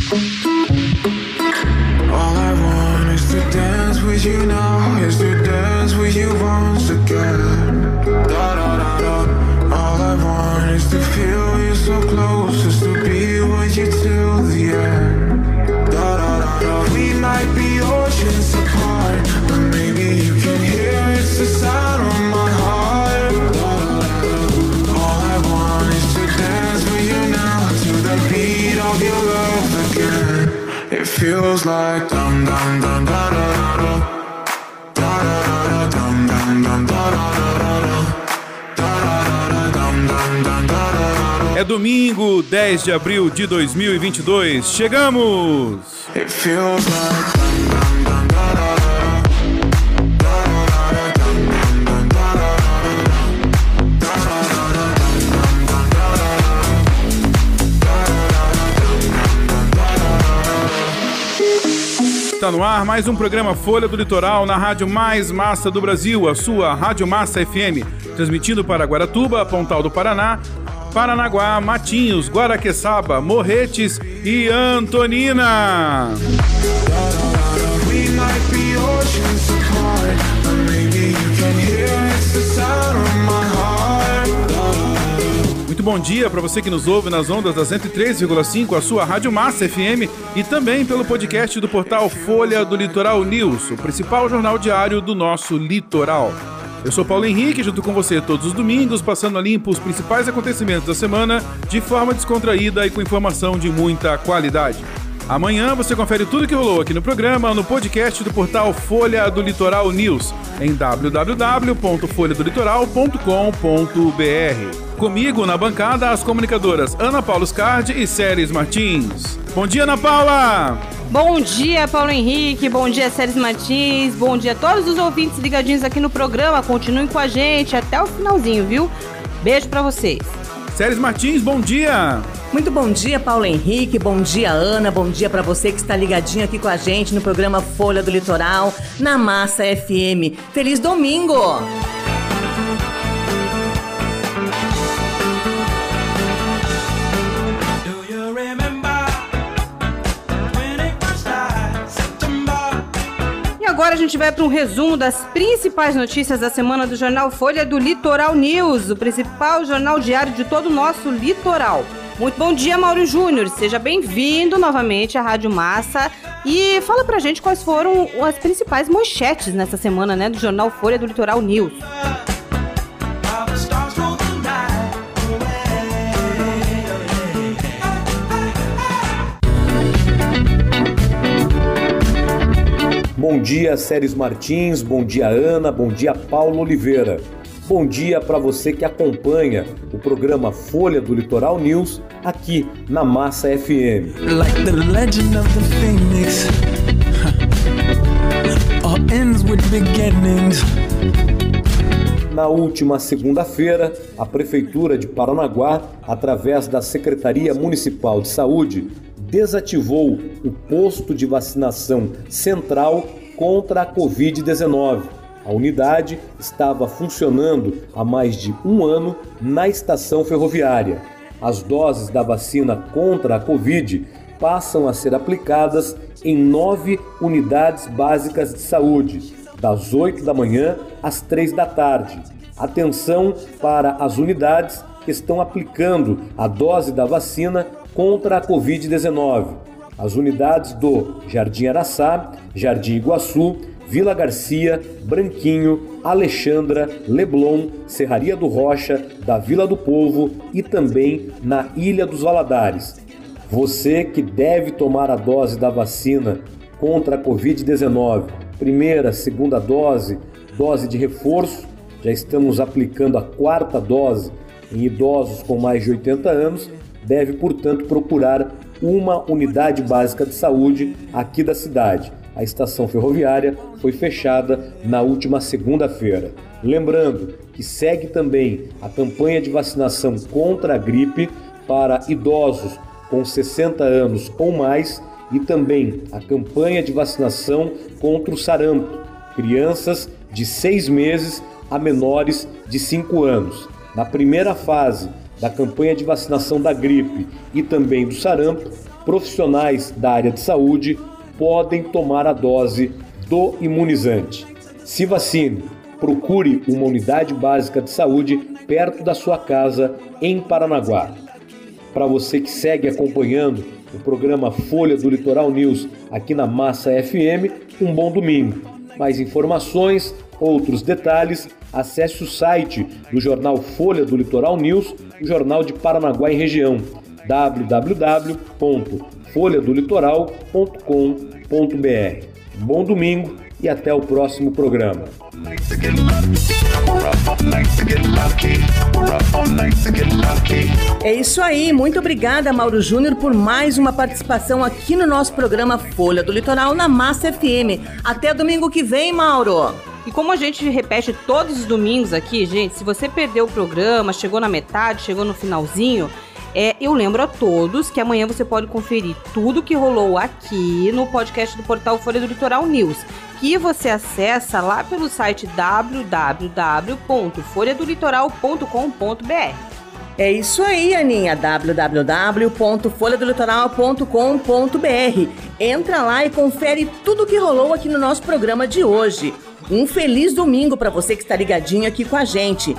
All I want is to dance with you now, is to dance with you once again. Da da da da. All I want is to feel you so close, is to be with you till the end. Da da da da. We might be oceans apart, but maybe you can hear it's the sound of my heart. Da da da da. All I want is to dance with you now, to the beat of your love again. It feels like dum dum dum da da da da, da da da da dum dum dum da da da da, da da da dum dum dum da da da. É domingo, 10 de abril de 2022. Chegamos! It feels like dum dum dum da da da, da da da dum dum dum da da da, da da da dum dum dum da da da, da da da. Está no ar mais um programa Folha do Litoral na rádio mais massa do Brasil, a sua Rádio Massa FM, transmitindo para Guaratuba, Pontal do Paraná, Paranaguá, Matinhos, Guaraqueçaba, Morretes e Antonina. Muito bom dia para você que nos ouve nas ondas da 103,5, a sua Rádio Massa FM, e também pelo podcast do portal Folha do Litoral News, o principal jornal diário do nosso litoral. Eu sou Paulo Henrique, junto com você todos os domingos, passando a limpo os principais acontecimentos da semana de forma descontraída e com informação de muita qualidade. Amanhã você confere tudo que rolou aqui no programa no podcast do portal Folha do Litoral News, em www.folhadolitoral.com.br. Comigo na bancada as comunicadoras Ana Paula Scardi e Séries Martins. Bom dia, Ana Paula! Bom dia, Paulo Henrique, bom dia, Séries Martins, bom dia a todos os ouvintes ligadinhos aqui no programa. Continuem com a gente até o finalzinho, viu? Beijo pra vocês. Séries Martins, bom dia! Muito bom dia, Paulo Henrique, bom dia, Ana, bom dia pra você que está ligadinho aqui com a gente no programa Folha do Litoral, na Massa FM. Feliz domingo! Agora a gente vai para um resumo das principais notícias da semana do jornal Folha do Litoral News, o principal jornal diário de todo o nosso litoral. Muito bom dia, Mauro Júnior, seja bem-vindo novamente à Rádio Massa e fala pra gente quais foram as principais manchetes nessa semana, né, do jornal Folha do Litoral News. Bom dia, Séries Martins, bom dia, Ana, bom dia, Paulo Oliveira. Bom dia para você que acompanha o programa Folha do Litoral News aqui na Massa FM. Like the legend of the Phoenix, all ends with beginnings. Na última segunda-feira, a Prefeitura de Paranaguá, através da Secretaria Municipal de Saúde, desativou o posto de vacinação central contra a Covid-19. A unidade estava funcionando há mais de um ano na estação ferroviária. As doses da vacina contra a Covid passam a ser aplicadas em 9 unidades básicas de saúde, das 8 da manhã às 3 da tarde. Atenção para as unidades que estão aplicando a dose da vacina contra a Covid-19. As unidades do Jardim Araçá, Jardim Iguaçu, Vila Garcia, Branquinho, Alexandra, Leblon, Serraria do Rocha, da Vila do Povo e também na Ilha dos Valadares. Você que deve tomar a dose da vacina contra a Covid-19, primeira, segunda dose, dose de reforço, já estamos aplicando a 4ª dose em idosos com mais de 80 anos, deve, portanto, procurar uma unidade básica de saúde aqui da cidade. A estação ferroviária foi fechada na última segunda-feira. Lembrando que segue também a campanha de vacinação contra a gripe para idosos com 60 anos ou mais e também a campanha de vacinação contra o sarampo, crianças de 6 meses a menores de 5 anos. Na primeira fase da campanha de vacinação da gripe e também do sarampo, profissionais da área de saúde podem tomar a dose do imunizante. Se vacine, procure uma unidade básica de saúde perto da sua casa em Paranaguá. Para você que segue acompanhando o programa Folha do Litoral News aqui na Massa FM, um bom domingo. Mais informações, outros detalhes, acesse o site do jornal Folha do Litoral News, o jornal de Paranaguá e região, www.folhadolitoral.com.br. Bom domingo e até o próximo programa. É isso aí, muito obrigada, Mauro Júnior, por mais uma participação aqui no nosso programa Folha do Litoral na Massa FM. Até domingo que vem, Mauro. E como a gente repete todos os domingos aqui, gente, se você perdeu o programa, chegou na metade, chegou no finalzinho, eu lembro a todos que amanhã você pode conferir tudo que rolou aqui no podcast do portal Folha do Litoral News, que você acessa lá pelo site www.folhadolitoral.com.br. É isso aí, Aninha, www.folhadolitoral.com.br. Entra lá e confere tudo que rolou aqui no nosso programa de hoje. Um feliz domingo para você que está ligadinho aqui com a gente.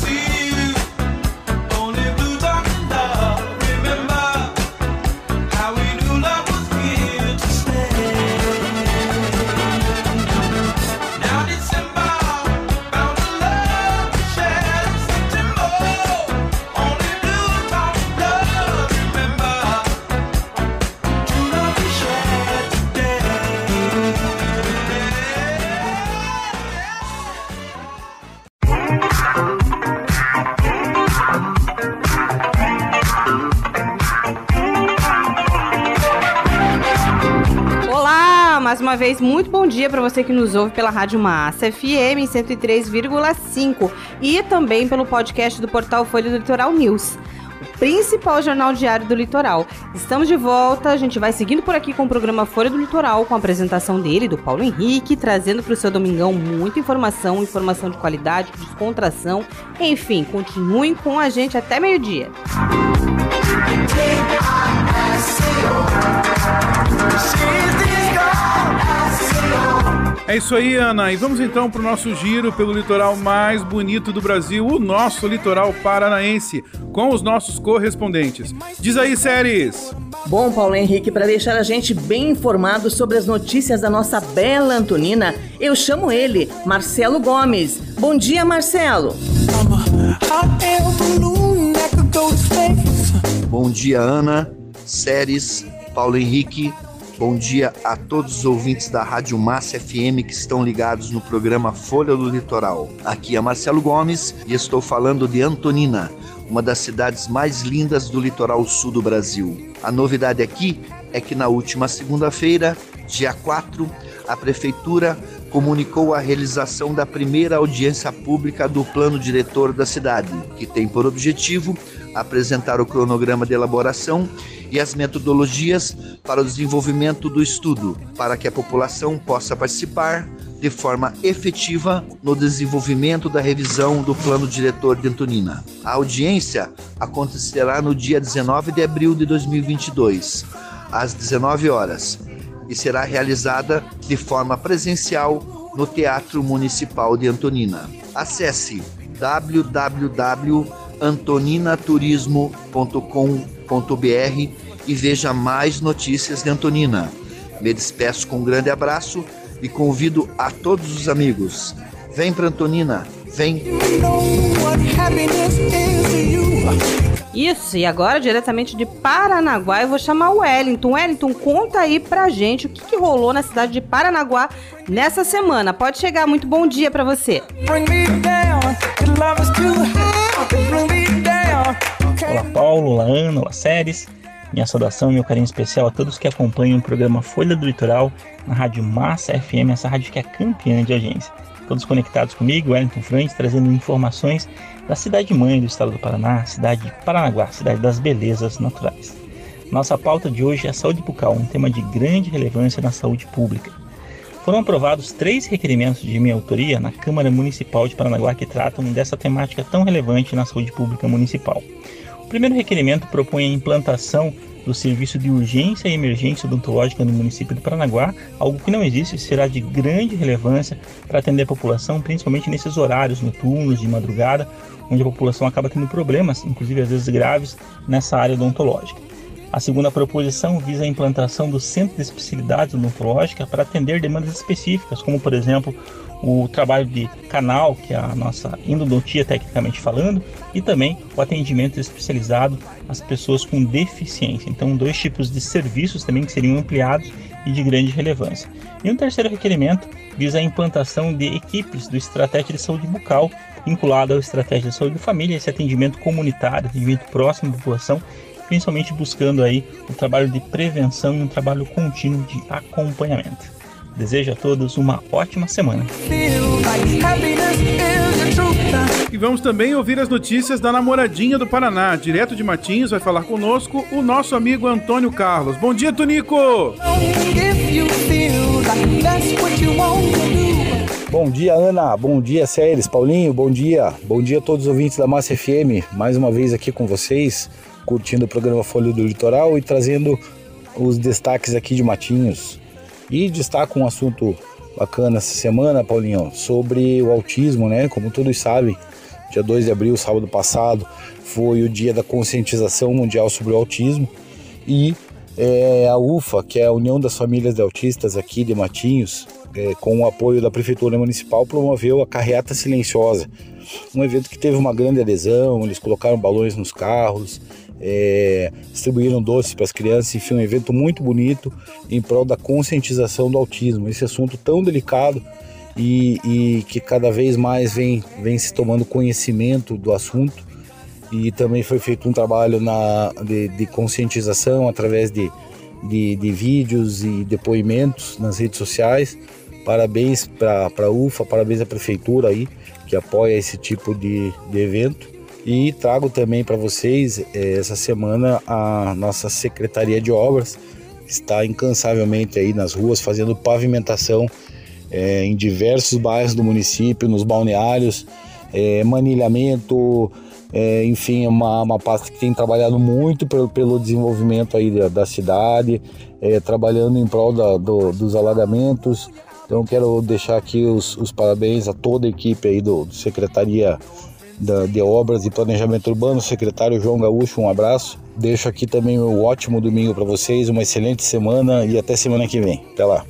Mais uma vez, muito bom dia para você que nos ouve pela Rádio Massa FM 103,5 e também pelo podcast do portal Folha do Litoral News, o principal jornal diário do litoral. Estamos de volta, a gente vai seguindo por aqui com o programa Folha do Litoral, com a apresentação dele, do Paulo Henrique, trazendo para o seu domingão muita informação de qualidade, descontração, enfim, continuem com a gente até meio-dia. É isso aí, Ana, e vamos então para o nosso giro pelo litoral mais bonito do Brasil, o nosso litoral paranaense, com os nossos correspondentes. Diz aí, Séries! Bom, Paulo Henrique, para deixar a gente bem informado sobre as notícias da nossa bela Antonina, eu chamo ele, Marcelo Gomes. Bom dia, Marcelo! Bom dia, Ana, Séries, Paulo Henrique. Bom dia a todos os ouvintes da Rádio Massa FM que estão ligados no programa Folha do Litoral. Aqui é Marcelo Gomes e estou falando de Antonina, uma das cidades mais lindas do litoral sul do Brasil. A novidade aqui é que na última segunda-feira, dia 4, a Prefeitura comunicou a realização da primeira audiência pública do plano diretor da cidade, que tem por objetivo apresentar o cronograma de elaboração e as metodologias para o desenvolvimento do estudo, para que a população possa participar de forma efetiva no desenvolvimento da revisão do plano diretor de Antonina. A audiência acontecerá no dia 19 de abril de 2022, às 19 horas, e será realizada de forma presencial no Teatro Municipal de Antonina. Acesse www.antoninaturismo.com.br e veja mais notícias de Antonina. Me despeço com um grande abraço e convido a todos os amigos. Vem para Antonina, vem! Isso, e agora diretamente de Paranaguá eu vou chamar o Wellington. Wellington, conta aí pra gente o que rolou na cidade de Paranaguá nessa semana. Pode chegar, muito bom dia pra você. Olá Paulo, olá Ana, olá Séries. Minha saudação e meu carinho especial a todos que acompanham o programa Folha do Litoral na Rádio Massa FM, essa rádio que é campeã de audiência. Todos conectados comigo, Wellington Frantes, trazendo informações da cidade-mãe do estado do Paraná, cidade de Paranaguá, cidade das belezas naturais. Nossa pauta de hoje é a saúde bucal, um tema de grande relevância na saúde pública. Foram aprovados 3 requerimentos de minha autoria na Câmara Municipal de Paranaguá que tratam dessa temática tão relevante na saúde pública municipal. O primeiro requerimento propõe a implantação do serviço de urgência e emergência odontológica no município de Paranaguá, algo que não existe e será de grande relevância para atender a população, principalmente nesses horários noturnos, de madrugada, onde a população acaba tendo problemas, inclusive às vezes graves, nessa área odontológica. A segunda proposição visa a implantação do Centro de Especialidades Odontológica para atender demandas específicas, como por exemplo o trabalho de canal, que é a nossa endodontia tecnicamente falando, e também o atendimento especializado às pessoas com deficiência. Então, 2 tipos de serviços também que seriam ampliados e de grande relevância. E um terceiro requerimento visa a implantação de equipes do Estratégia de Saúde Bucal, vinculado ao Estratégia de Saúde Família, esse atendimento comunitário, atendimento próximo à população, principalmente buscando aí o trabalho de prevenção e um trabalho contínuo de acompanhamento. Desejo a todos uma ótima semana. E vamos também ouvir as notícias da namoradinha do Paraná. Direto de Matinhos vai falar conosco o nosso amigo Antônio Carlos. Bom dia, Tonico! Bom dia, Ana. Bom dia, Séries. Paulinho, bom dia. Bom dia a todos os ouvintes da Massa FM. Mais uma vez aqui com vocês, curtindo o programa Folha do Litoral e trazendo os destaques aqui de Matinhos. E destaco um assunto bacana essa semana, Paulinho, sobre o autismo, né? Como todos sabem, dia 2 de abril, sábado passado, foi o dia da conscientização mundial sobre o autismo e a UFA, que é a União das Famílias de Autistas aqui de Matinhos, com o apoio da Prefeitura Municipal, promoveu a Carreata Silenciosa, um evento que teve uma grande adesão. Eles colocaram balões nos carros, distribuíram doces para as crianças, enfim, um evento muito bonito em prol da conscientização do autismo, esse assunto tão delicado e que cada vez mais vem se tomando conhecimento do assunto. E também foi feito um trabalho de conscientização através de vídeos e depoimentos nas redes sociais. Parabéns para a UFA, parabéns à Prefeitura aí, que apoia esse tipo de evento. E trago também para vocês, essa semana, a nossa Secretaria de Obras está incansavelmente aí nas ruas fazendo pavimentação em diversos bairros do município, nos balneários, manilhamento, enfim, uma pasta que tem trabalhado muito pelo desenvolvimento aí da cidade, trabalhando em prol dos alagamentos. Então quero deixar aqui os parabéns a toda a equipe aí do Secretaria de Obras e Planejamento Urbano, secretário João Gaúcho, um abraço. Deixo aqui também um ótimo domingo para vocês, uma excelente semana e até semana que vem. Até lá.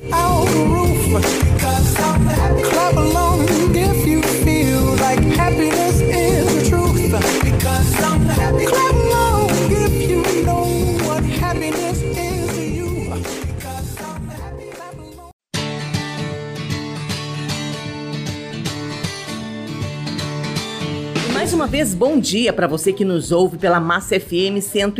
Mais uma vez, bom dia para você que nos ouve pela Massa FM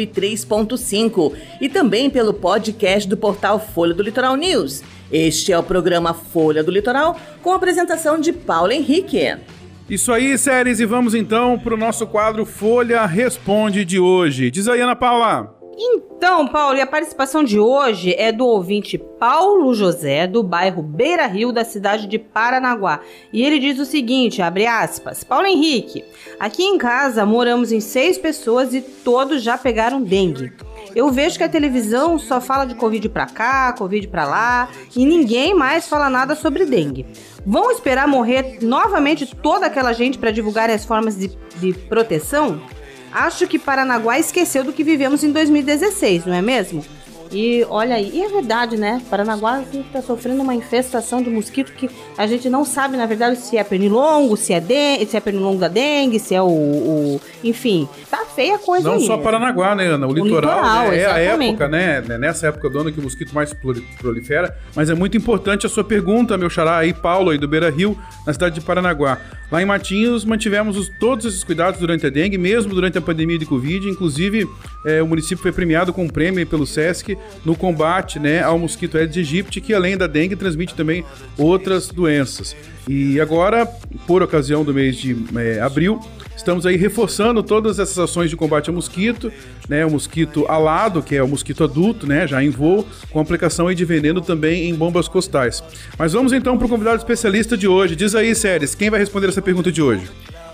103.5 e também pelo podcast do portal Folha do Litoral News. Este é o programa Folha do Litoral, com a apresentação de Paulo Henrique. Isso aí, Séries, e vamos então para o nosso quadro Folha Responde de hoje. Diz aí, Ana Paula. Então, Paulo, e a participação de hoje é do ouvinte Paulo José, do bairro Beira Rio, da cidade de Paranaguá. E ele diz o seguinte, abre aspas, Paulo Henrique, aqui em casa moramos em 6 pessoas e todos já pegaram dengue. Eu vejo que a televisão só fala de Covid pra cá, Covid pra lá, e ninguém mais fala nada sobre dengue. Vão esperar morrer novamente toda aquela gente para divulgar as formas de proteção? Acho que Paranaguá esqueceu do que vivemos em 2016, não é mesmo? E olha aí, e é verdade, né? Paranaguá está sofrendo uma infestação de mosquito que a gente não sabe, na verdade, se é pernilongo, se é pernilongo da dengue, se é enfim, tá feia a coisa aí. Não só Paranaguá, né, Ana? O litoral é a época, né? Nessa época do ano que o mosquito mais prolifera. Mas é muito importante a sua pergunta, meu xará aí, Paulo, aí do Beira Rio, na cidade de Paranaguá. Lá em Matinhos, mantivemos todos esses cuidados durante a dengue, mesmo durante a pandemia de Covid. Inclusive, o município foi premiado com um prêmio pelo SESC no combate, né, ao mosquito Aedes aegypti, que além da dengue transmite também outras doenças. E agora, por ocasião do mês de abril, estamos aí reforçando todas essas ações de combate ao mosquito, né, o mosquito alado, que é o mosquito adulto, né, já em voo, com aplicação aí de veneno também em bombas costais. Mas vamos então para o convidado especialista de hoje. Diz aí, Séries, quem vai responder essa pergunta de hoje?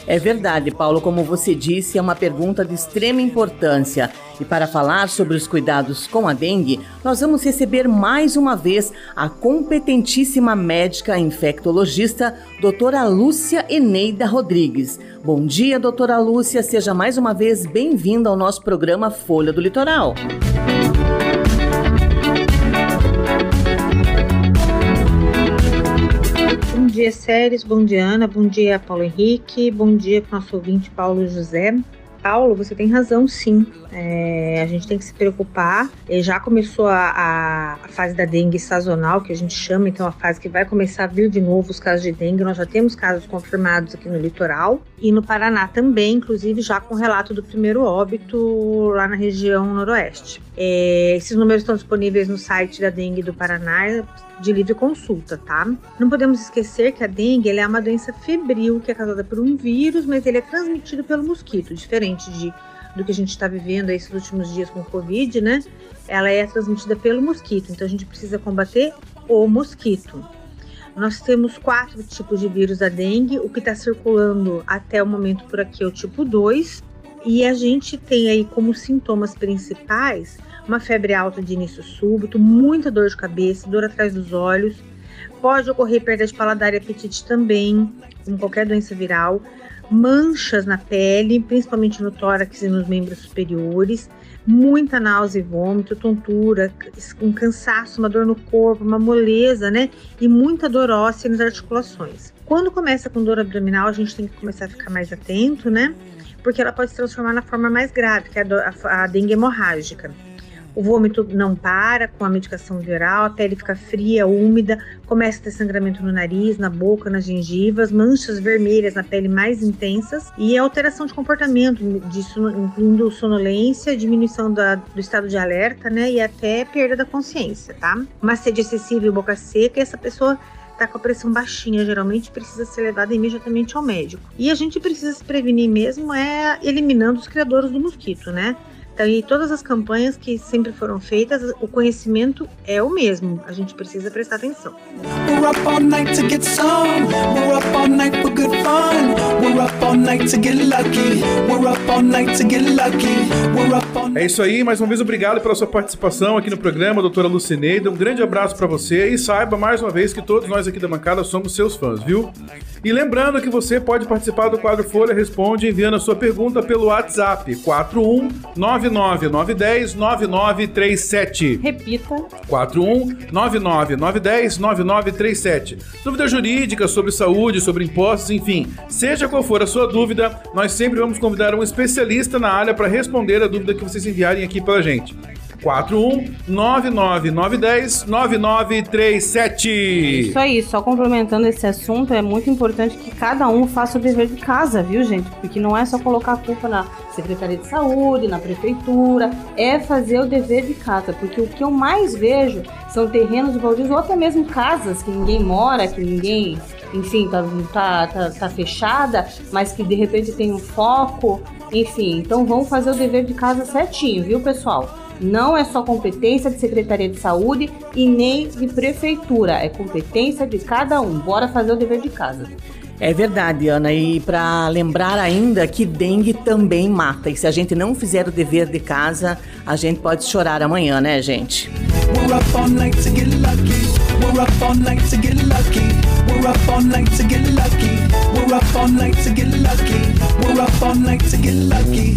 É verdade, Paulo, como você disse, é uma pergunta de extrema importância. E para falar sobre os cuidados com a dengue, nós vamos receber mais uma vez a competentíssima médica infectologista, doutora Lúcia Eneida Rodrigues. Bom dia, doutora Lúcia, seja mais uma vez bem-vinda ao nosso programa Folha do Litoral. Bom dia, Séries. Bom dia, Ana. Bom dia, Paulo Henrique. Bom dia para o nosso ouvinte, Paulo José. Paulo, você tem razão, sim. A gente tem que se preocupar. Já começou a fase da dengue sazonal, que a gente chama, então a fase que vai começar a vir de novo os casos de dengue. Nós já temos casos confirmados aqui no litoral e no Paraná também, inclusive já com relato do primeiro óbito lá na região noroeste. Esses números estão disponíveis no site da dengue do Paraná, de livre consulta, tá? Não podemos esquecer que a dengue é uma doença febril que é causada por um vírus, mas ele é transmitido pelo mosquito, diferente do que a gente está vivendo esses últimos dias com o Covid, né? Ela é transmitida pelo mosquito, então a gente precisa combater o mosquito. Nós temos 4 tipos de vírus da dengue, o que está circulando até o momento por aqui é o tipo 2, e a gente tem aí como sintomas principais uma febre alta de início súbito, muita dor de cabeça, dor atrás dos olhos, pode ocorrer perda de paladar e apetite também, como qualquer doença viral, manchas na pele, principalmente no tórax e nos membros superiores, muita náusea e vômito, tontura, um cansaço, uma dor no corpo, uma moleza, né? E muita dor óssea nas articulações. Quando começa com dor abdominal, a gente tem que começar a ficar mais atento, né? Porque ela pode se transformar na forma mais grave, que é a dengue hemorrágica. O vômito não para com a medicação viral, a pele fica fria, úmida, começa a ter sangramento no nariz, na boca, nas gengivas, manchas vermelhas na pele mais intensas e alteração de comportamento, incluindo sonolência, diminuição do estado de alerta, né, e até perda da consciência, tá? Uma sede excessiva e boca seca, e essa pessoa está com a pressão baixinha, geralmente precisa ser levada imediatamente ao médico. E a gente precisa se prevenir mesmo eliminando os criadores do mosquito, né? Então, e todas as campanhas que sempre foram feitas, o conhecimento é o mesmo. A gente precisa prestar atenção. We're up all night to get some. We're up all night for good fun. We're up all night to get lucky. We're up all night to get lucky. We're up all night. É isso aí, mais uma vez obrigado pela sua participação aqui no programa, doutora Lúcia Eneida. Um grande abraço para você e saiba mais uma vez que todos nós aqui da bancada somos seus fãs, viu? E lembrando que você pode participar do quadro Folha Responde enviando a sua pergunta pelo WhatsApp 41999109937. Repita. 41999109937. Dúvida jurídica sobre saúde, sobre impostos, enfim. Seja qual for a sua dúvida, nós sempre vamos convidar um especialista na área para responder a dúvida que vocês enviarem aqui pra gente. 41999109937. Isso aí, só complementando esse assunto, é muito importante que cada um faça o dever de casa, viu, gente? Porque não é só colocar a culpa na Secretaria de Saúde, na Prefeitura, é fazer o dever de casa, porque o que eu mais vejo são terrenos baldios ou até mesmo casas que ninguém mora, que ninguém, enfim, tá fechada, mas que de repente tem um foco, enfim, então vamos fazer o dever de casa certinho, viu, pessoal? Não é só competência de Secretaria de Saúde e nem de Prefeitura, é competência de cada um. Bora fazer o dever de casa. É verdade, Ana, e para lembrar ainda que dengue também mata, e se a gente não fizer o dever de casa, a gente pode chorar amanhã, né, gente? We're up all night to get lucky. We're up all night to get lucky. We're up all night to get lucky. We're up all night to get lucky. We're up all night to get lucky.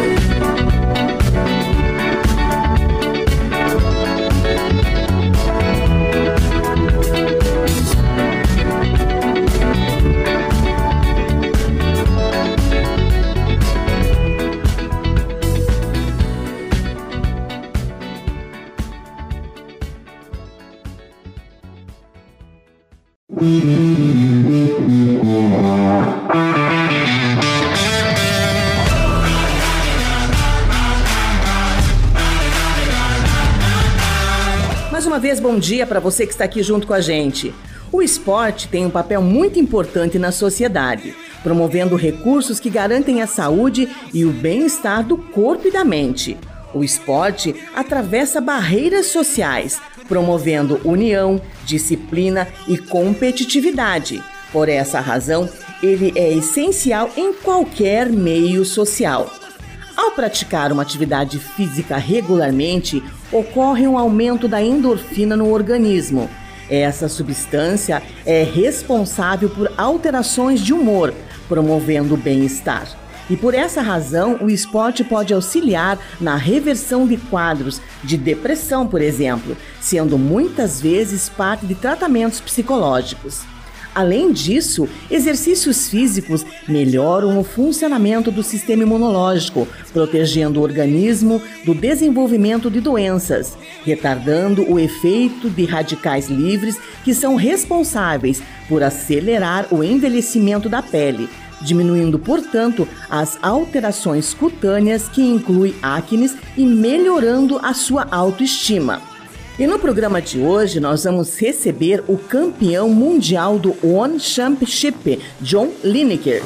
Mais uma vez, bom dia para você que está aqui junto com a gente. O esporte tem um papel muito importante na sociedade, promovendo recursos que garantem a saúde e o bem-estar do corpo e da mente. O esporte atravessa barreiras sociais, promovendo união, disciplina e competitividade. Por essa razão, ele é essencial em qualquer meio social. Ao praticar uma atividade física regularmente, ocorre um aumento da endorfina no organismo. Essa substância é responsável por alterações de humor, promovendo o bem-estar. E por essa razão, o esporte pode auxiliar na reversão de quadros de depressão, por exemplo, sendo muitas vezes parte de tratamentos psicológicos. Além disso, exercícios físicos melhoram o funcionamento do sistema imunológico, protegendo o organismo do desenvolvimento de doenças, retardando o efeito de radicais livres que são responsáveis por acelerar o envelhecimento da pele, diminuindo, portanto, as alterações cutâneas que incluem acnes e melhorando a sua autoestima. E no programa de hoje nós vamos receber o campeão mundial do One Championship, John Lineker.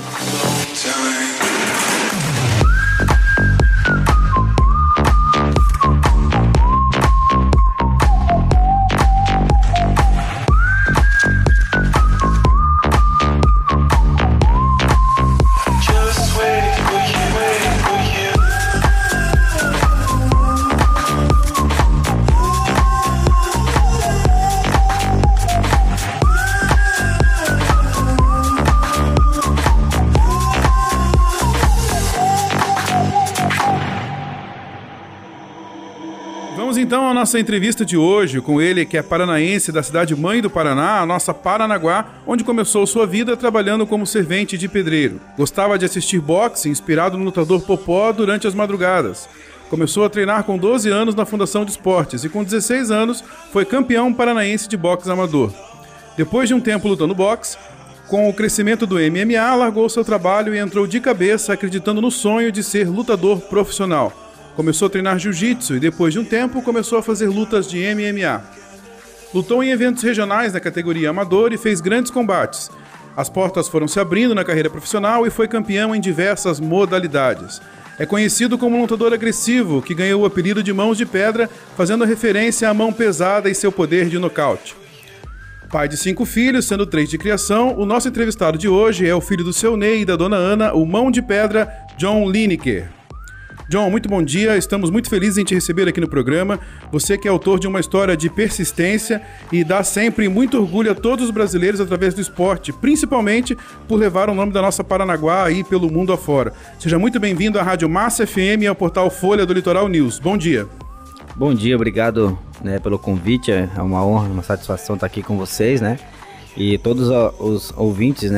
Então a nossa entrevista de hoje com ele, que é paranaense da cidade mãe do Paraná, a nossa Paranaguá, onde começou sua vida trabalhando como servente de pedreiro. Gostava de assistir boxe, inspirado no lutador Popó, durante as madrugadas. Começou a treinar com 12 anos na Fundação de Esportes e com 16 anos foi campeão paranaense de boxe amador. Depois de um tempo lutando boxe, com o crescimento do MMA, largou seu trabalho e entrou de cabeça acreditando no sonho de ser lutador profissional. Começou a treinar jiu-jitsu e depois de um tempo começou a fazer lutas de MMA. Lutou em eventos regionais na categoria amador e fez grandes combates. As portas foram se abrindo na carreira profissional e foi campeão em diversas modalidades. É conhecido como um lutador agressivo que ganhou o apelido de Mãos de Pedra, fazendo referência à mão pesada e seu poder de nocaute. Pai de 5 filhos, sendo 3 de criação, o nosso entrevistado de hoje é o filho do seu Ney e da dona Ana, o Mão de Pedra, John Lineker. John, muito bom dia, estamos muito felizes em te receber aqui no programa. Você que é autor de uma história de persistência e dá sempre muito orgulho a todos os brasileiros através do esporte, principalmente por levar o nome da nossa Paranaguá aí pelo mundo afora. Seja muito bem-vindo à Rádio Massa FM e ao portal Folha do Litoral News. Bom dia. Bom dia, obrigado pelo convite, é uma honra, uma satisfação estar aqui com vocês, né? E todos os ouvintes,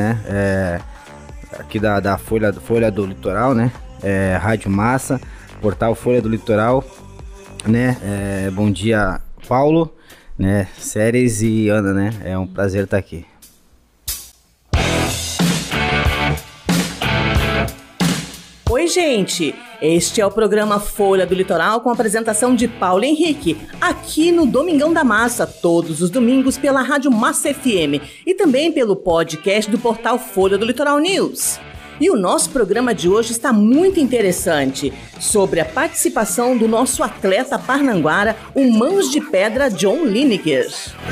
aqui da Folha do Litoral, né? Rádio Massa, portal Folha do Litoral, né? Bom dia, Paulo, né? Séries e Ana, né? É um prazer estar aqui. Oi, gente! Este é o programa Folha do Litoral com a apresentação de Paulo Henrique, aqui no Domingão da Massa, todos os domingos pela Rádio Massa FM e também pelo podcast do portal Folha do Litoral News. E o nosso programa de hoje está muito interessante, sobre a participação do nosso atleta parnanguara, o Mãos de Pedra John Lineker.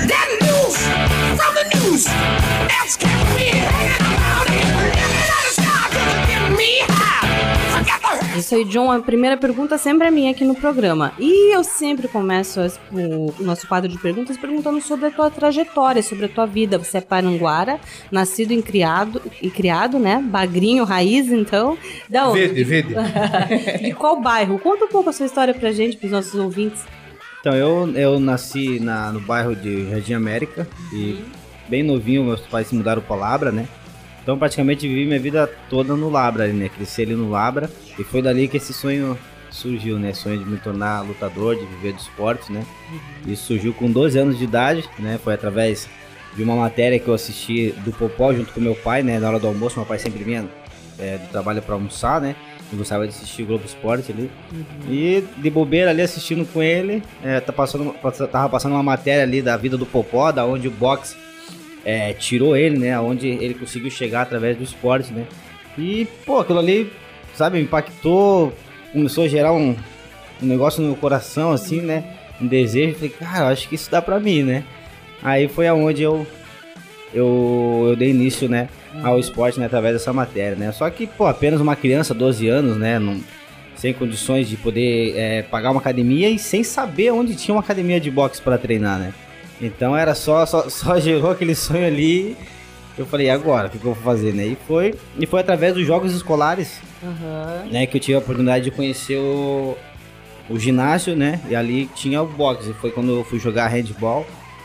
Isso aí, John, a primeira pergunta sempre é minha aqui no programa. E eu sempre começo o nosso quadro de perguntas perguntando sobre a tua trajetória, sobre a tua vida. Você é paranguara, nascido e criado, né? Bagrinho, raiz, então. Da onde? Vede. De qual bairro? Conta um pouco a sua história pra gente, pros nossos ouvintes. Então, eu nasci no bairro de Jardim América e bem novinho, meus pais se mudaram pra Labra, né? Então praticamente vivi minha vida toda no Labra, né? Cresci ali no Labra e foi dali que esse sonho surgiu, né? Sonho de me tornar lutador, de viver do esporte, né? Isso surgiu com 12 anos de idade, né? Foi através de uma matéria que eu assisti do Popó junto com meu pai, né? Na hora do almoço, meu pai sempre vinha do trabalho para almoçar, né? Eu gostava de assistir Globo Esporte ali. E de bobeira ali assistindo com ele, tava passando uma matéria ali da vida do Popó, da onde o boxe tirou ele, né? Onde ele conseguiu chegar através do esporte, né? E, aquilo ali, sabe, me impactou, começou a gerar um negócio no meu coração, assim, né? Um desejo. Falei, cara, acho que isso dá pra mim, né? Aí foi aonde eu eu dei início, né, ao esporte, né, através dessa matéria, né. Só que, pô, apenas uma criança, 12 anos, né, sem condições de poder pagar uma academia e sem saber onde tinha uma academia de boxe para treinar, né. Então era só gerou aquele sonho ali. Eu falei, agora, o que eu vou fazer, né? E foi através dos jogos escolares, né, que eu tive a oportunidade de conhecer o ginásio, né? E ali tinha o boxe. Foi quando eu fui jogar handball.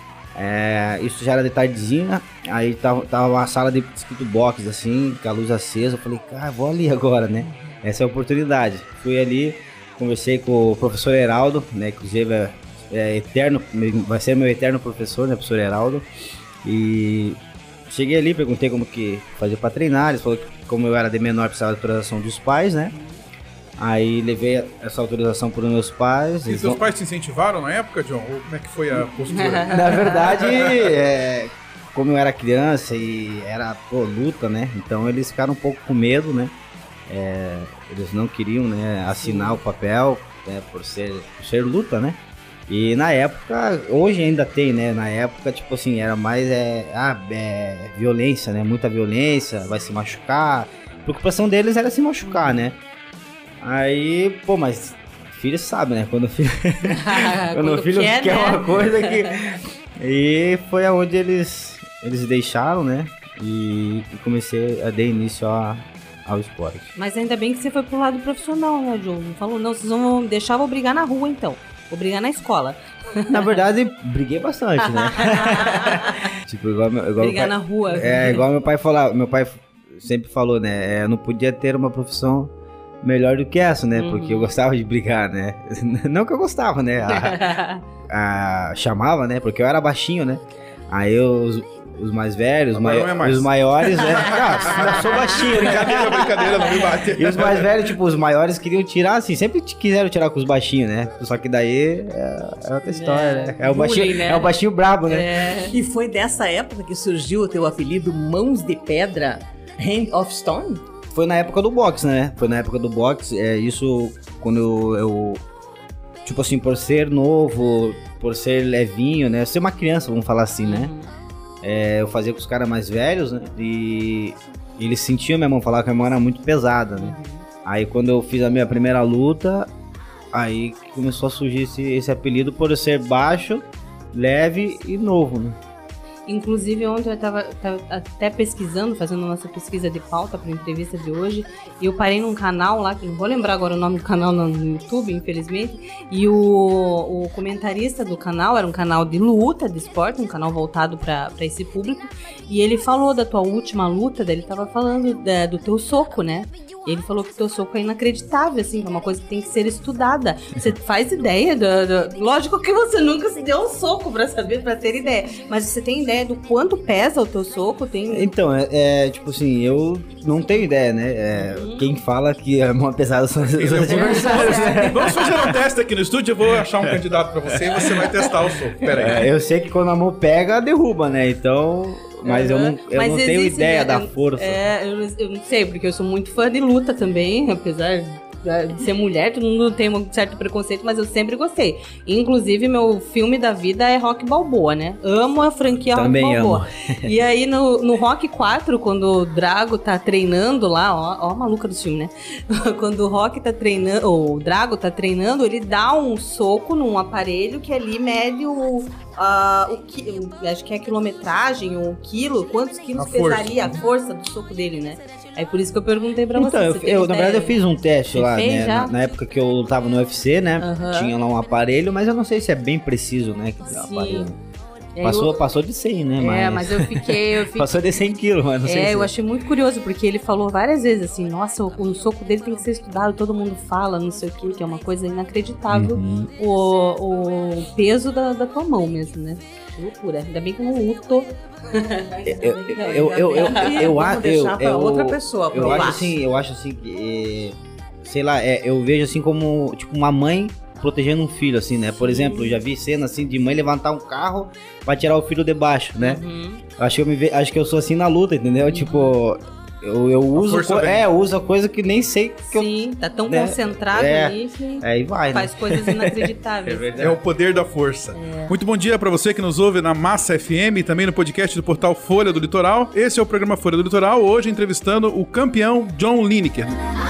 Isso já era de tardezinha. Aí tava uma sala de escrito boxe, assim, com a luz acesa. Eu falei, cara, vou ali agora, né? Essa é a oportunidade. Fui ali, conversei com o professor Heraldo, né? Inclusive eterno, vai ser meu eterno professor, né? Professor Heraldo. E cheguei ali, perguntei como que fazia pra treinar. Eles falaram que como eu era de menor, precisava de autorização dos pais, né? Aí levei essa autorização para os meus pais. E seus pais te incentivaram na época, John? Ou como é que foi a postura? Na verdade, como eu era criança e era luta, né? Então eles ficaram um pouco com medo, né? Eles não queriam, né, assinar o papel, né, por ser luta, né? E na época, hoje ainda tem, né? Na época, tipo assim, era mais violência, né? Muita violência, vai se machucar. A preocupação deles era se machucar, né? Aí, pô, mas filho sabe, né? Quando o filho, quando o filho quer, né? Uma coisa que... E foi aonde eles deixaram, né? E comecei a dar início ao esporte. Mas ainda bem que você foi pro lado profissional, né, João? Não falou, não, vocês vão deixar, vou brigar na rua, então. Vou brigar na escola. Na verdade, briguei bastante, né? Tipo, igual brigar na rua. Igual meu pai falava, meu pai sempre falou, né? Não podia ter uma profissão melhor do que essa, né? Porque eu gostava de brigar, né? Não que eu gostava, né? Chamava, né? Porque eu era baixinho, né? Aí os mais velhos, os maiores, né? Eu sou baixinho, né? Brincadeira, não me bate. E os mais velhos, tipo, os maiores queriam tirar, assim, sempre quiseram tirar com os baixinhos, né? Só que daí é outra história, né? É o baixinho, né? É o baixinho brabo, né? E foi dessa época que surgiu o teu apelido Mãos de Pedra, Hand of Stone? Foi na época do boxe, né? Foi na época do boxe, isso quando eu tipo assim, por ser novo, por ser levinho, né? Ser uma criança, vamos falar assim, né? Eu fazia com os caras mais velhos, né? E eles sentiam minha mão, falavam que a minha mão era muito pesada, né? Aí quando eu fiz a minha primeira luta, aí começou a surgir esse apelido por eu ser baixo, leve e novo, né? Inclusive ontem eu tava até pesquisando, fazendo nossa pesquisa de pauta para a entrevista de hoje, e eu parei num canal lá, que não vou lembrar agora o nome do canal no YouTube, infelizmente, e o comentarista do canal era um canal de luta, de esporte, um canal voltado para esse público, e ele falou da tua última luta, ele tava falando do teu soco, né? E ele falou que o teu soco é inacreditável, assim, que é uma coisa que tem que ser estudada. Você faz ideia Lógico que você nunca se deu um soco pra ter ideia. Mas você tem ideia do quanto pesa o teu soco? Então, tipo assim, eu não tenho ideia, né? Quem fala que é uma pesada são os adversários, né? Vamos fazer um teste aqui no estúdio, eu vou achar um candidato pra você e você vai testar o soco. Pera aí. Eu sei que quando a mão pega, derruba, né? Então... Mas eu não tenho ideia da força. Eu não sei, porque eu sou muito fã de luta também, apesar de ser mulher, todo mundo tem um certo preconceito, mas eu sempre gostei. Inclusive, meu filme da vida é Rocky Balboa, né? Amo a franquia Rocky Balboa. Amo. E aí, no Rocky 4, quando o Drago tá treinando lá, ó a maluca do filme, né? Quando o Rocky tá treinando, ou o Drago tá treinando, ele dá um soco num aparelho que ali mede acho que é a quilometragem ou o quilo, quantos quilos pesaria a força do soco dele, né? Aí por isso que eu perguntei pra você. Então, na verdade eu fiz um teste lá, né? Na época que eu tava no UFC, né? Tinha lá um aparelho, mas eu não sei se é bem preciso, né? Que aparelho. Passou de 100, né? Mas eu fiquei... Passou de 100 quilos, mas não sei se... eu achei muito curioso, porque ele falou várias vezes assim, nossa, o soco dele tem que ser estudado, todo mundo fala, não sei o que é uma coisa inacreditável, o peso da tua mão mesmo, né? Que loucura, ainda bem que eu não luto. Outra pessoa. Eu acho assim que, sei lá, eu vejo assim como, tipo, uma mãe protegendo um filho, assim, né? Por exemplo, eu já vi cena assim de mãe levantar um carro pra tirar o filho de baixo, né? Acho que eu sou assim na luta, entendeu? Tipo, Eu uso eu uso a coisa que nem sei que Sim, tá tão concentrado ali que aí vai, faz coisas inacreditáveis. É o poder da força. Muito bom dia pra você que nos ouve na Massa FM e também no podcast do portal Folha do Litoral. Esse é o programa Folha do Litoral, hoje entrevistando o campeão John Lineker.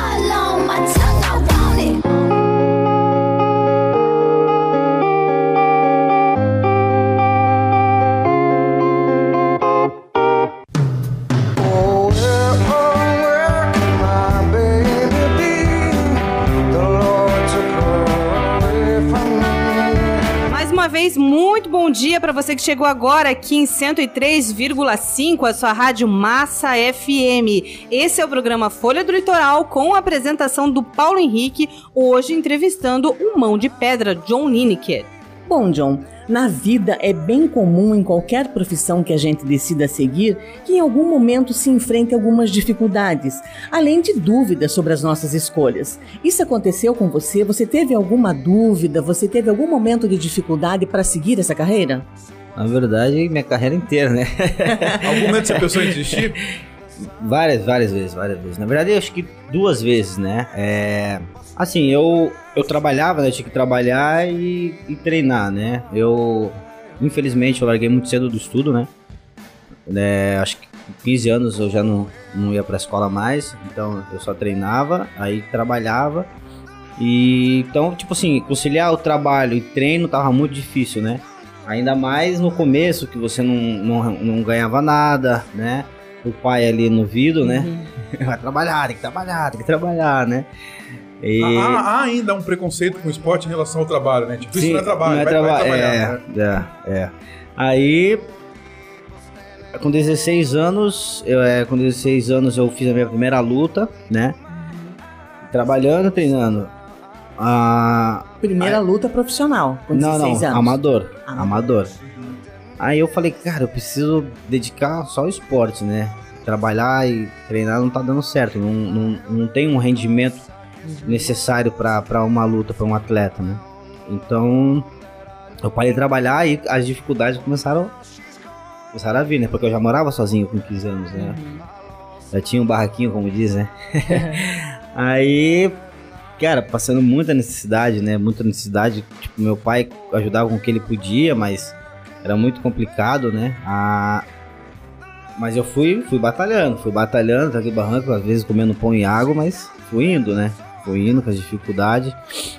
Muito bom dia para você que chegou agora aqui em 103,5, a sua rádio Massa FM. Esse é o programa Folha do Litoral com a apresentação do Paulo Henrique, hoje entrevistando o Mão de Pedra, John Lineker. Bom, John, na vida é bem comum em qualquer profissão que a gente decida seguir que em algum momento se enfrente algumas dificuldades, além de dúvidas sobre as nossas escolhas. Isso aconteceu com você? Você teve alguma dúvida? Você teve algum momento de dificuldade para seguir essa carreira? Na verdade, minha carreira inteira, né? Algum momento você pensou em desistir? Várias vezes. Na verdade, eu acho que 2 vezes, né? Assim, eu trabalhava, né? Eu tinha que trabalhar e treinar, né? Infelizmente, eu larguei muito cedo do estudo, né? Acho que com 15 anos eu já não ia pra escola mais, então eu só treinava, aí trabalhava. Então, tipo assim, conciliar o trabalho e treino tava muito difícil, né? Ainda mais no começo, que você não ganhava nada, né? O pai ali no vidro, né? Vai trabalhar, tem que trabalhar, né? Há ainda um preconceito com o esporte em relação ao trabalho, né? Tipo, isso não é trabalho, vai trabalhar. Aí, com 16 anos, eu fiz a minha primeira luta, né? Trabalhando, treinando. Primeira luta profissional, com 16 anos? Amador. Aí eu falei, cara, eu preciso dedicar só ao esporte, né? Trabalhar e treinar não tá dando certo, não tem um rendimento necessário para uma luta, para um atleta, né? Então eu parei de trabalhar e as dificuldades começaram a vir, né? Porque eu já morava sozinho com 15 anos, né? Já tinha um barraquinho, como diz, né? Aí, cara, passando muita necessidade, né? Tipo, meu pai ajudava com o que ele podia, mas era muito complicado, né? Mas eu fui batalhando, tá aqui barranco, às vezes comendo pão e água, mas fui indo, né? Fui indo com as dificuldades.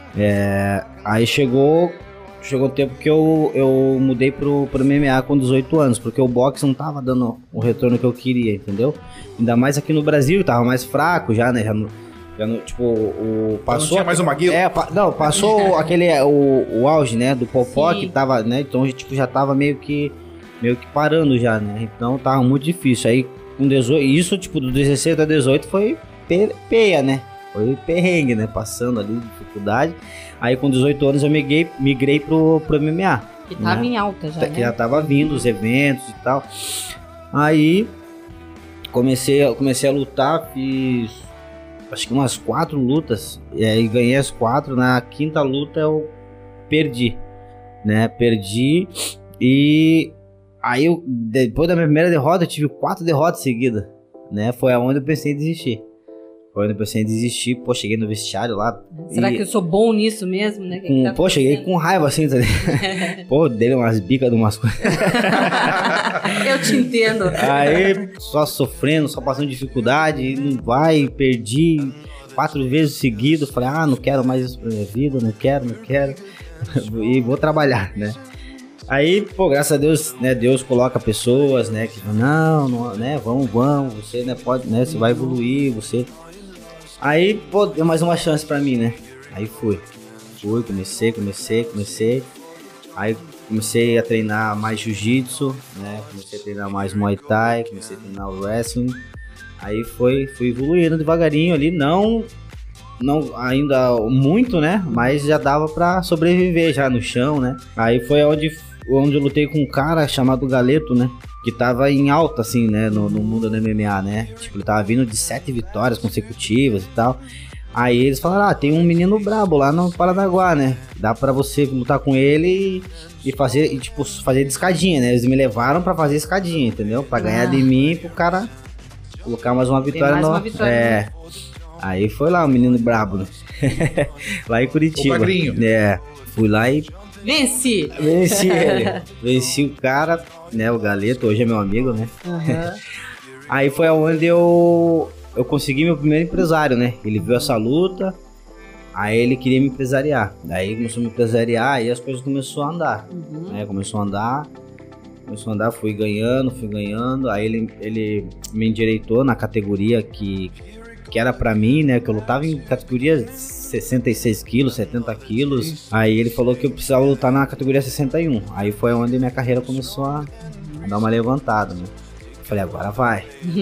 Aí chegou o tempo que eu mudei pro MMA com 18 anos, porque o boxe não tava dando o retorno que eu queria, entendeu? Ainda mais aqui no Brasil, tava mais fraco já, né? Tipo, passou... Não tinha mais o Maguila? Passou aquele, o auge, né? Do Popó, que tava, né? Então, tipo, já tava meio que parando já, né? Então, tava muito difícil. Aí, com 18... Isso, tipo, do 16 até 18 foi peia, né? Foi perrengue, né? Passando ali, dificuldade. Aí, com 18 anos, eu migrei pro MMA. Que tava, né? Em alta já, que já tava vindo os eventos e tal. Aí, comecei a lutar, fiz... acho que umas 4 lutas, e ganhei as 4. Na 5ª luta eu perdi, né? E aí depois da minha primeira derrota eu tive 4 derrotas seguidas, né? Foi aonde eu pensei em desistir. Pô, cheguei no vestiário lá. Será que eu sou bom nisso mesmo, né? Cheguei com raiva assim, tá ligado? Pô, dei umas bicas de umas coisas. Eu te entendo. Aí, só sofrendo, só passando dificuldade, não vai, perdi 4 vezes seguido. Falei, não quero mais isso pra minha vida, não quero. E vou trabalhar, né? Aí, pô, graças a Deus, né, Deus coloca pessoas, né, que não, né, vamos, você, né, pode, né, você vai evoluir, você... Aí, pô, deu mais uma chance pra mim, né? Aí comecei. Aí comecei a treinar mais jiu-jitsu, né? Comecei a treinar mais Muay Thai, comecei a treinar o wrestling. Aí fui evoluindo devagarinho ali, não ainda muito, né? Mas já dava pra sobreviver já no chão, né? Aí foi onde eu lutei com um cara chamado Galeto, né? Que tava em alta, assim, né? No mundo do MMA, né? Tipo, ele tava vindo de 7 vitórias consecutivas e tal. Aí eles falaram, tem um menino brabo lá no Paranaguá, né? Dá pra você lutar com ele e fazer de escadinha, né? Eles me levaram pra fazer escadinha, entendeu? Pra ganhar de mim, pro cara colocar mais uma vitória. Mais uma vitória. Aí foi lá o menino brabo, né? Lá em Curitiba. O magrinho. Fui lá e Venci ele. Venci o cara, né? O Galeto, hoje é meu amigo, né? Uhum. Aí foi onde eu consegui meu primeiro empresário, né? Ele viu essa luta, aí ele queria me empresariar. Daí começou a me empresariar, aí as coisas começaram a andar. Né? Começou a andar, fui ganhando. Aí ele me endireitou na categoria que era pra mim, né? Que eu lutava em categoria 66 quilos, 70 quilos. Aí ele falou que eu precisava lutar na categoria 61. Aí foi onde minha carreira começou a dar uma levantada, né? Falei, agora vai.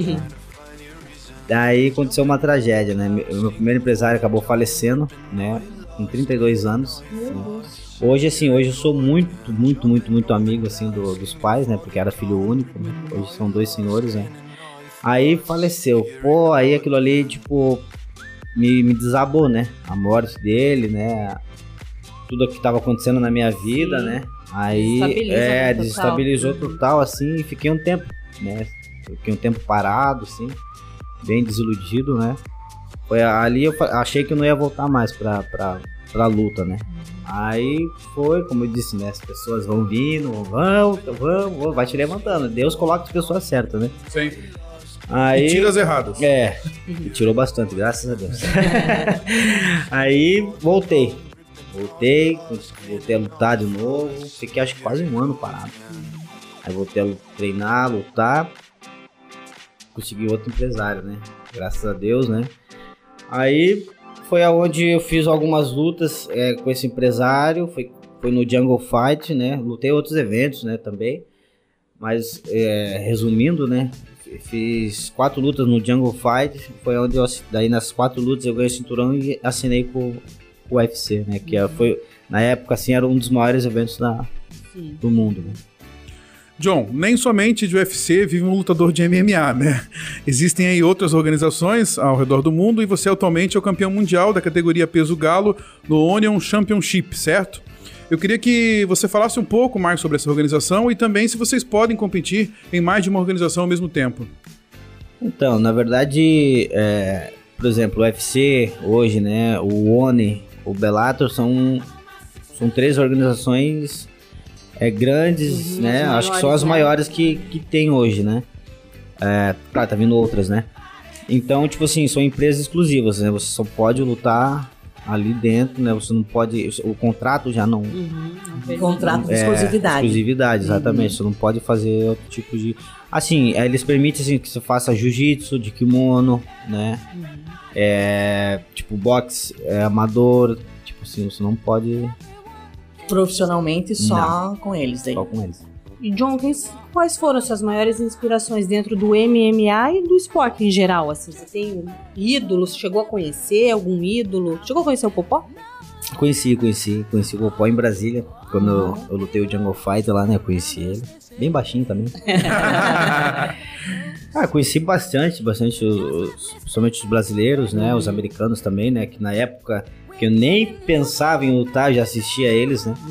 Daí aconteceu uma tragédia, né? Meu primeiro empresário acabou falecendo, né? Com 32 anos. Né? Hoje, assim, eu sou muito amigo, assim, dos pais, né? Porque era filho único, né? Hoje são 2 senhores, né? Aí faleceu. Pô, aí aquilo ali, tipo, me desabou, né? A morte dele, né? Tudo que tava acontecendo na minha vida, né? Aí, desestabilizou total, assim, e fiquei um tempo, né? Fiquei um tempo parado, assim, bem desiludido, né? Foi ali eu achei que eu não ia voltar mais pra luta, né? Aí foi, como eu disse, né? As pessoas vão vindo, vamos, vai te levantando. Deus coloca as pessoas certas, né? Sim. Aí, e tira as erradas. E tirou bastante, graças a Deus. Aí voltei a lutar de novo. Fiquei acho que quase um ano parado. Aí voltei a treinar, lutar. Consegui outro empresário, né? Graças a Deus, né? Aí foi aonde eu fiz algumas lutas com esse empresário. Foi no Jungle Fight, né? Lutei outros eventos, né? Também. Mas resumindo, né? Fiz 4 lutas no Jungle Fight. Foi onde daí nas 4 lutas eu ganhei o cinturão e assinei com o UFC, né? Que foi, na época, assim, era um dos maiores eventos do mundo, né? John, nem somente de UFC vive um lutador de MMA, né? Existem aí outras organizações ao redor do mundo e você atualmente é o campeão mundial da categoria peso galo no Onion Championship, certo? Eu queria que você falasse um pouco mais sobre essa organização e também se vocês podem competir em mais de uma organização ao mesmo tempo. Então, na verdade, por exemplo, o UFC hoje, né, o ONI, o Bellator são 3 organizações grandes, né? Acho que são as maiores que tem hoje, né? Claro, tá vindo outras, né? Então, tipo assim, são empresas exclusivas, né? Você só pode lutar ali dentro, né? Você não pode... O contrato já não... Contrato de exclusividade. Exclusividade, exatamente. Você não pode fazer outro tipo de... Assim, eles permitem assim, que você faça jiu-jitsu de kimono, né? Tipo, boxe amador. Tipo assim, você não pode... Profissionalmente só com eles aí. Só com eles. E John, quais foram suas maiores inspirações dentro do MMA e do esporte em geral? Assim, você tem ídolos? Chegou a conhecer algum ídolo? Chegou a conhecer o Popó? Conheci o Popó em Brasília. Quando eu lutei o Jungle Fight lá, né? Conheci ele. Bem baixinho também. Conheci bastante, principalmente os brasileiros, né? Os americanos também, né? Que na época que eu nem pensava em lutar, já assistia a eles, né?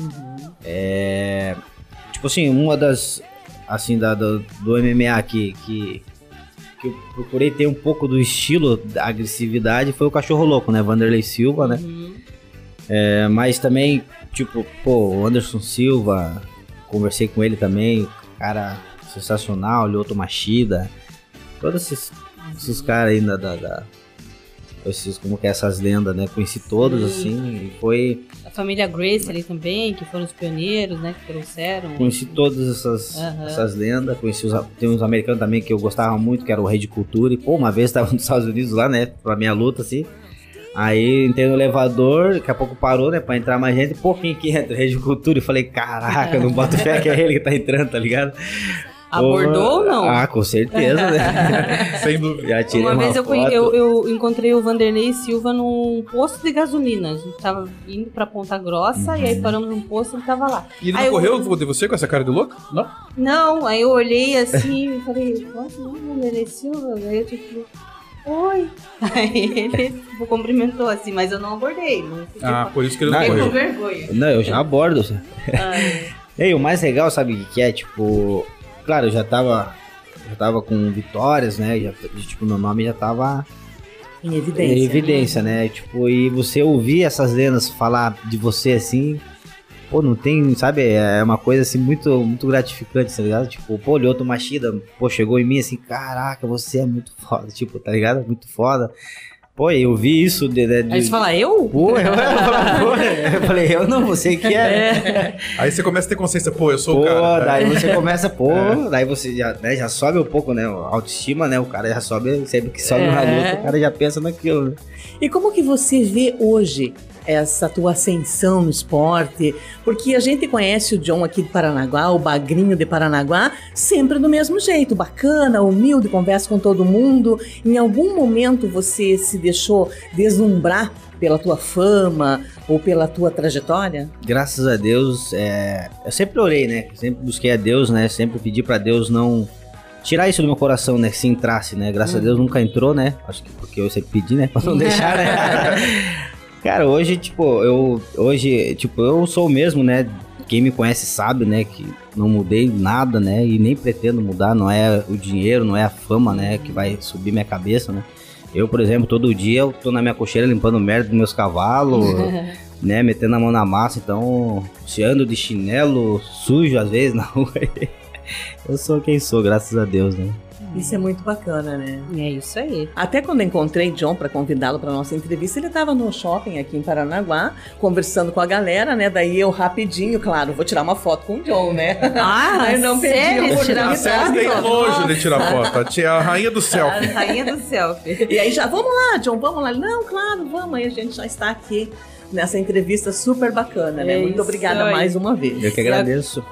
Tipo assim, uma das, assim, do MMA que eu procurei ter um pouco do estilo da agressividade foi o Cachorro Louco, né? Vanderlei Silva, né? Mas também, tipo, o Anderson Silva, conversei com ele também, cara sensacional, Lyoto Machida, todos esses caras aí como que é essas lendas, né? Conheci todos, assim, e foi... A família Gracie ali também, que foram os pioneiros, né? Que trouxeram... Conheci todas essas lendas, tem uns americanos também que eu gostava muito, que era o Rei de Cultura, e uma vez tava nos Estados Unidos lá, né? Pra minha luta, assim, aí entrei no elevador, daqui a pouco parou, né? Pra entrar mais gente, quem que entra? Rei de Cultura, e falei, caraca, não boto fé que é ele que tá entrando, tá ligado? Abordou ou não? Com certeza, né? Sem dúvida. Já tirei uma vez foto. eu encontrei o Vanderlei Silva num posto de gasolina. A gente tava indo pra Ponta Grossa e aí paramos num posto e ele tava lá. E ele não correu de você com essa cara de louco? Não? Não, aí eu olhei assim e falei, nossa, não, Vanderlei Silva? Aí eu tipo, oi. Aí ele cumprimentou assim, mas eu não abordei. Não, por isso que ele não correu. Com vergonha. Não, eu já abordo. E o mais legal, sabe o que é? Tipo... Claro, eu já tava já tava com vitórias, né? Já, tipo, meu nome já tava em evidência, né? Tipo, e você ouvir essas lendas falar de você assim, pô, não tem, sabe? É uma coisa assim muito, muito gratificante, tá ligado? Tipo, pô, Lyoto Machida, pô, chegou em mim assim, caraca, você é muito foda, tipo, tá ligado? Muito foda. Pô, eu vi isso Aí você fala, eu? Pô, eu falei, eu não, você que é. Aí você começa a ter consciência, pô, eu sou o cara. Daí você começa, daí você já sobe um pouco, né, a autoestima, né, o cara já sobe, sempre que sobe na luta, o cara já pensa naquilo, né. E como que você vê hoje essa tua ascensão no esporte? Porque a gente conhece o John aqui de Paranaguá, o Bagrinho de Paranaguá, sempre do mesmo jeito, bacana, humilde, conversa com todo mundo. Em algum momento você se deixou deslumbrar pela tua fama ou pela tua trajetória? Graças a Deus, eu sempre orei, né, sempre busquei a Deus, né, sempre pedi pra Deus não tirar isso do meu coração, né, se entrasse, né, graças a Deus nunca entrou, né, acho que porque eu sempre pedi, né, pra não deixar, né. Cara, hoje, tipo, eu sou o mesmo, né? Quem me conhece sabe, né? Que não mudei nada, né? E nem pretendo mudar. Não é o dinheiro, não é a fama, né? Que vai subir minha cabeça, né? Eu, por exemplo, todo dia eu tô na minha cocheira limpando merda dos meus cavalos, né? Metendo a mão na massa. Então, se ando de chinelo sujo às vezes na rua. Eu sou quem sou, graças a Deus, né? Isso é muito bacana, né? É isso aí. Até quando eu encontrei John para convidá-lo para nossa entrevista, ele estava no shopping aqui em Paranaguá, conversando com a galera, né? Daí eu rapidinho, claro, vou tirar uma foto com o John, né? Ah, eu não perdi a A Célia tem nojo de tirar foto. A rainha do selfie. A rainha do selfie. E aí já, vamos lá, John, vamos lá. Não, claro, vamos. Aí a gente já está aqui nessa entrevista super bacana, né? Muito obrigada mais uma vez. Eu que agradeço.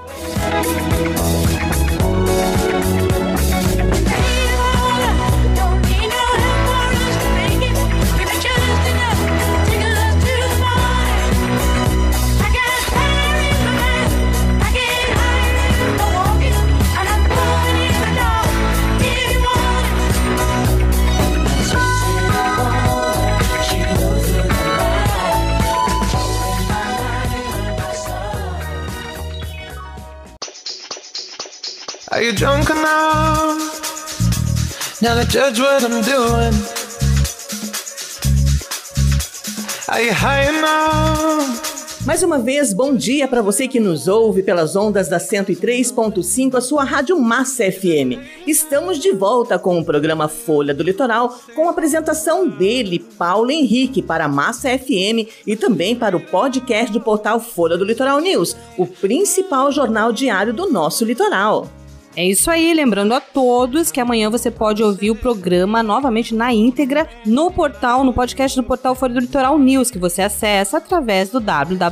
Are you drunk enough now to judge what I'm doing? Are you high enough? Mais uma vez, bom dia para você que nos ouve pelas ondas da 103.5, a sua Rádio Massa FM. Estamos de volta com o programa Folha do Litoral, com a apresentação dele, Paulo Henrique, para a Massa FM e também para o podcast do portal Folha do Litoral News, o principal jornal diário do nosso litoral. É isso aí, lembrando a todos que amanhã você pode ouvir o programa novamente na íntegra no podcast do portal Folha do Litoral News, que você acessa através do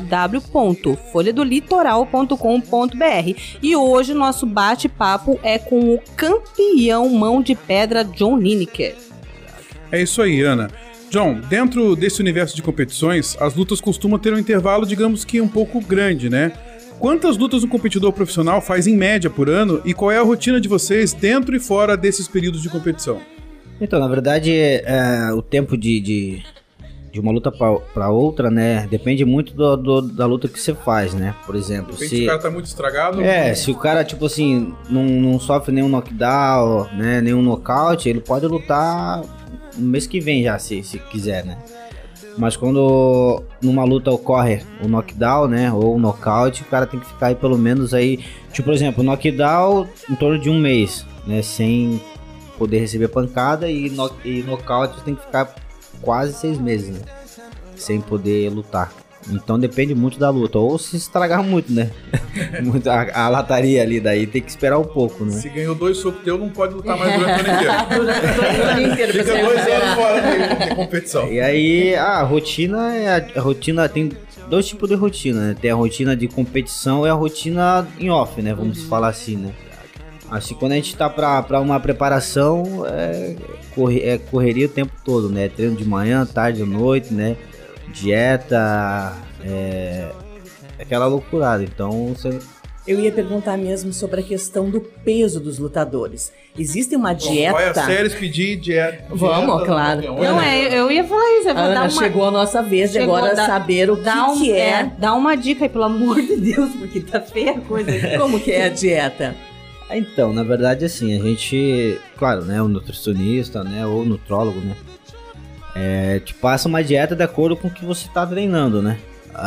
www.folhadolitoral.com.br. E hoje o nosso bate-papo é com o campeão mão de pedra John Lineker. É isso aí, Ana. John, dentro desse universo de competições, as lutas costumam ter um intervalo, digamos que um pouco grande, né? Quantas lutas um competidor profissional faz em média por ano e qual é a rotina de vocês dentro e fora desses períodos de competição? Então, na verdade, o tempo de uma luta para outra, né, depende muito da luta que você faz, né? Por exemplo, se o cara tá muito estragado... se o cara, tipo assim, não sofre nenhum knockdown, né, nenhum nocaute, ele pode lutar no mês que vem já, se quiser, né? Mas quando numa luta ocorre o knockdown, né, ou o nocaute, o cara tem que ficar aí pelo menos aí, tipo, por exemplo, knockdown em torno de um mês, né, sem poder receber pancada, e nocaute tem que ficar quase 6 meses, né, sem poder lutar. Então depende muito da luta, ou se estragar muito, né, a lataria ali, daí tem que esperar um pouco, né. Se ganhou 2 socos teu, não pode lutar mais durante o ano inteiro. Fica 2 anos fora da competição. E aí a rotina tem 2 tipos de rotina, né, tem a rotina de competição e a rotina em off, né, vamos falar assim, né. Assim, quando a gente tá pra uma preparação, correria o tempo todo, né, treino de manhã, tarde, à noite, né, dieta, aquela loucurada. Então eu ia perguntar mesmo sobre a questão do peso dos lutadores. Existe uma dieta? Vai a séries pedir dieta. Vamos, claro. Não, eu ia falar isso. Ana, chegou a nossa vez de agora saber o que é. Dá uma dica aí, pelo amor de Deus, porque tá feia a coisa. Como que é a dieta? Então, na verdade, assim, a gente, claro, né, o nutricionista, né, ou nutrólogo, né, te passa uma dieta de acordo com o que você tá treinando, né.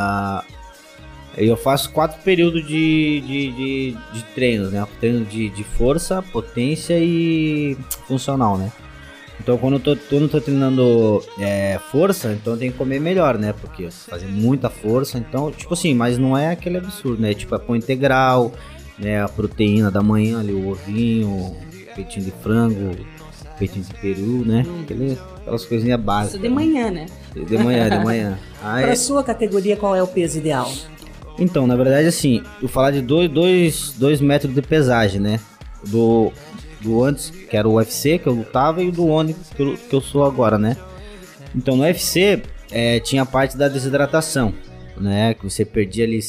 Eu faço 4 períodos de treinos, né, treino de força, potência e funcional, né. Então, quando eu tô treinando força, então eu tenho que comer melhor, né, porque fazer muita força, então, tipo assim, mas não é aquele absurdo, né, tipo, é pão integral, né, a proteína da manhã ali, o ovinho, peitinho de frango, peitinho de peru, né, aquelas coisinhas básicas. Isso de manhã, né? De manhã. Para sua categoria, qual é o peso ideal? Então, na verdade, assim, eu falar de dois métodos de pesagem, né, do antes, que era o UFC, que eu lutava, e o do ONI, que eu sou agora, né. Então, no UFC, tinha a parte da desidratação, né, que você perdia ali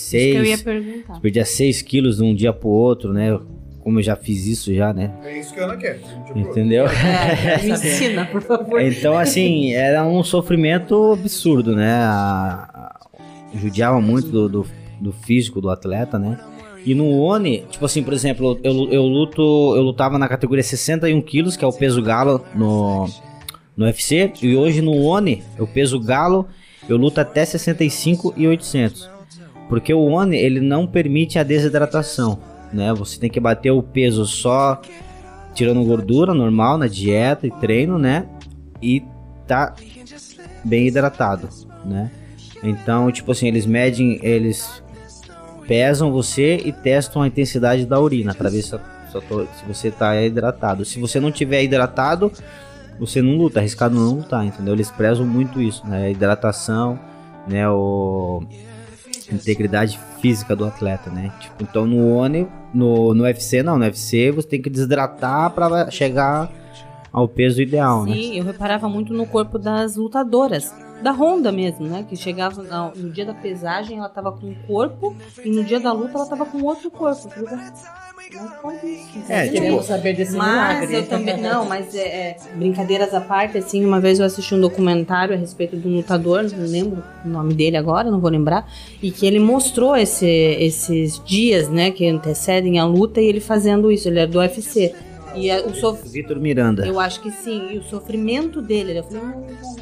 6 quilos de um dia pro outro, né, como eu já fiz isso já, né. É isso que a Ana quer. Entendeu? Me ensina, por favor. Então, assim, era um sofrimento absurdo, né, judiava muito do físico do atleta, né. E no ONI, tipo assim, por exemplo, eu lutava na categoria 61 quilos, que é o peso galo no UFC, e hoje no ONI, o peso galo, eu luto até 65,800. Porque o ONI, ele não permite a desidratação, né? Você tem que bater o peso só tirando gordura normal na dieta e treino, né? E tá bem hidratado, né? Então, tipo assim, eles pesam você e testam a intensidade da urina para ver se você tá hidratado. Se você não tiver hidratado, você não luta, é arriscado não lutar, entendeu? Eles prezam muito isso, né? A hidratação, né? A integridade física do atleta, né? Tipo, então no ONI, no UFC não, no UFC você tem que desidratar para chegar ao peso ideal, né? Sim, eu reparava muito no corpo das lutadoras, da Honda mesmo, né? Que chegava no dia da pesagem, ela tava com um corpo, e no dia da luta ela tava com outro corpo. Não pode isso. Queremos saber desse milagre. Eu também, não, mas brincadeiras à parte, assim, uma vez eu assisti um documentário a respeito de um lutador, não lembro o nome dele agora, não vou lembrar, e que ele mostrou esses dias, né, que antecedem a luta, e ele fazendo isso, ele era do UFC. E Vitor Miranda. Eu acho que sim, e o sofrimento dele, eu falei,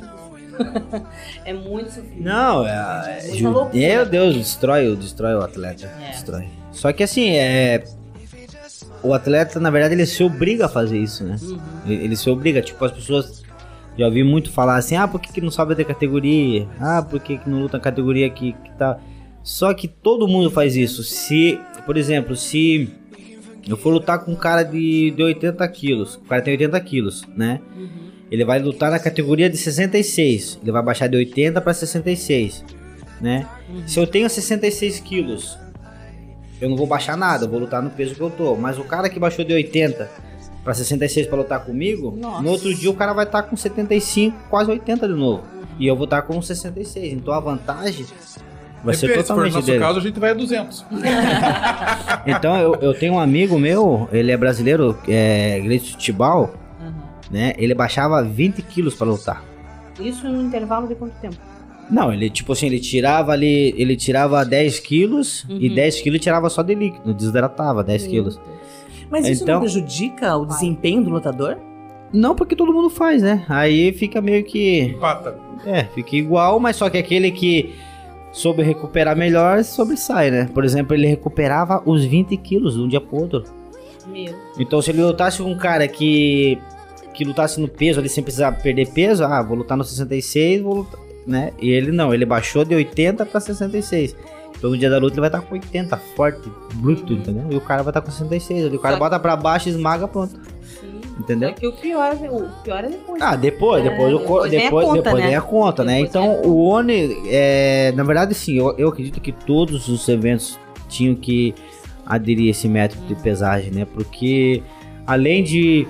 é muito sofrimento. Não, meu Deus, destrói o atleta. Destrói. Só que assim, o atleta, na verdade, ele se obriga a fazer isso, né? Uhum. Ele se obriga, tipo, as pessoas já ouvi muito falar assim, por que não sobe de categoria? Por que não luta na categoria que tá... Só que todo mundo faz isso. Se, por exemplo, se eu for lutar com um cara de 80 quilos, o cara tem 80 quilos, né? Uhum. Ele vai lutar na categoria de 66, ele vai baixar de 80 para 66, né? Uhum. Se eu tenho 66 quilos, eu não vou baixar nada, eu vou lutar no peso que eu tô. Mas o cara que baixou de 80 para 66 para lutar comigo, no outro dia o cara vai estar com 75, quase 80 de novo. E eu vou estar com 66. Então a vantagem vai ser totalmente dele. Se for no nosso caso, a gente vai a 200. Então eu tenho um amigo meu, ele é brasileiro, Gleison Tibal, né? Ele baixava 20 quilos para lutar. Isso no intervalo de quanto tempo? Não, ele tipo assim, ele tirava 10 quilos e 10 quilos tirava só de líquido, desidratava 10 quilos. Mas isso não prejudica o desempenho do lutador? Não, porque todo mundo faz, né? Aí fica meio que... Empata. Fica igual, mas só que aquele que soube recuperar melhor, sobressai, né? Por exemplo, ele recuperava os 20 quilos de um dia pro outro. Meu. Então se ele lutasse com um cara que lutasse no peso ali sem precisar perder peso, vou lutar no 66, vou lutar... Né? E ele não, ele baixou de 80 para 66. Então no dia da luta ele vai estar com 80, forte, bruto, entendeu? E o cara vai estar com 66. Ali, o cara bota pra baixo, esmaga, pronto. Sim. Entendeu? Só que o pior é depois. Depois vem a conta, né? Então o ONI, na verdade, sim, eu acredito que todos os eventos tinham que aderir a esse método de pesagem, né? Porque além de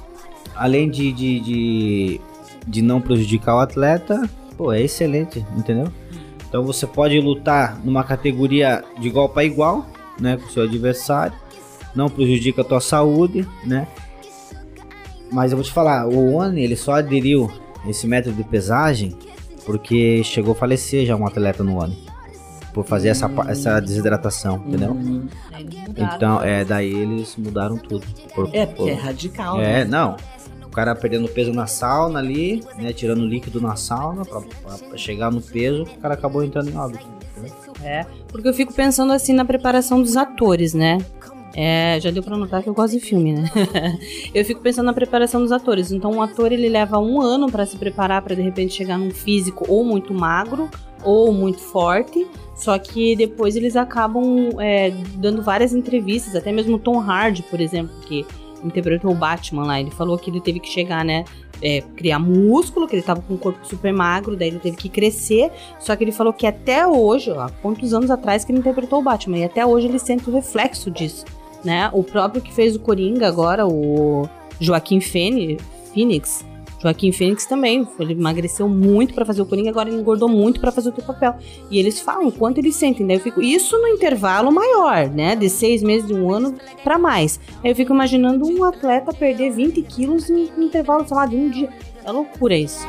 não prejudicar o atleta, é excelente, entendeu? Então você pode lutar numa categoria de igual para igual, né, com o seu adversário, não prejudica a tua saúde, né? Mas eu vou te falar, o ONI, ele só aderiu esse método de pesagem porque chegou a falecer já um atleta no ONI. por fazer essa desidratação, entendeu? Então, daí eles mudaram tudo. Porque é radical, né? Não. O cara perdendo peso na sauna ali, né? Tirando líquido na sauna pra chegar no peso, o cara acabou entrando em óbito. Porque eu fico pensando assim na preparação dos atores, né? Já deu pra notar que eu gosto de filme, né? Eu fico pensando na preparação dos atores. Então, um ator, ele leva 1 ano pra se preparar pra, de repente, chegar num físico ou muito magro ou muito forte. Só que depois eles acabam dando várias entrevistas. Até mesmo o Tom Hardy, por exemplo, que interpretou o Batman lá. Ele falou que ele teve que chegar, né? Criar músculo, que ele tava com um corpo super magro, daí ele teve que crescer. Só que ele falou que até hoje, há quantos anos atrás que ele interpretou o Batman, e até hoje ele sente o reflexo disso, né? O próprio que fez o Coringa agora, o Joaquim Phoenix também, ele emagreceu muito pra fazer o Coringa, agora ele engordou muito pra fazer o teu papel. E eles falam o quanto eles sentem, daí eu fico, isso no intervalo maior, né, de 6 meses, de 1 ano pra mais. Aí eu fico imaginando um atleta perder 20 quilos em um intervalo, sei lá, de 1 dia. É loucura isso.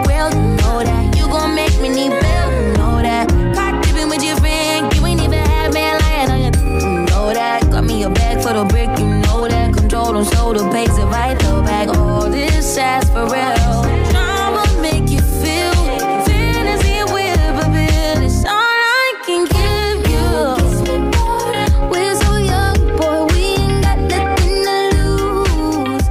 Don't show the pace if I throw back all this ass for real. I'ma make you feel fantasy with a bill. It's all I can give you. Kiss me more. We're so young, boy. We ain't got nothing to lose.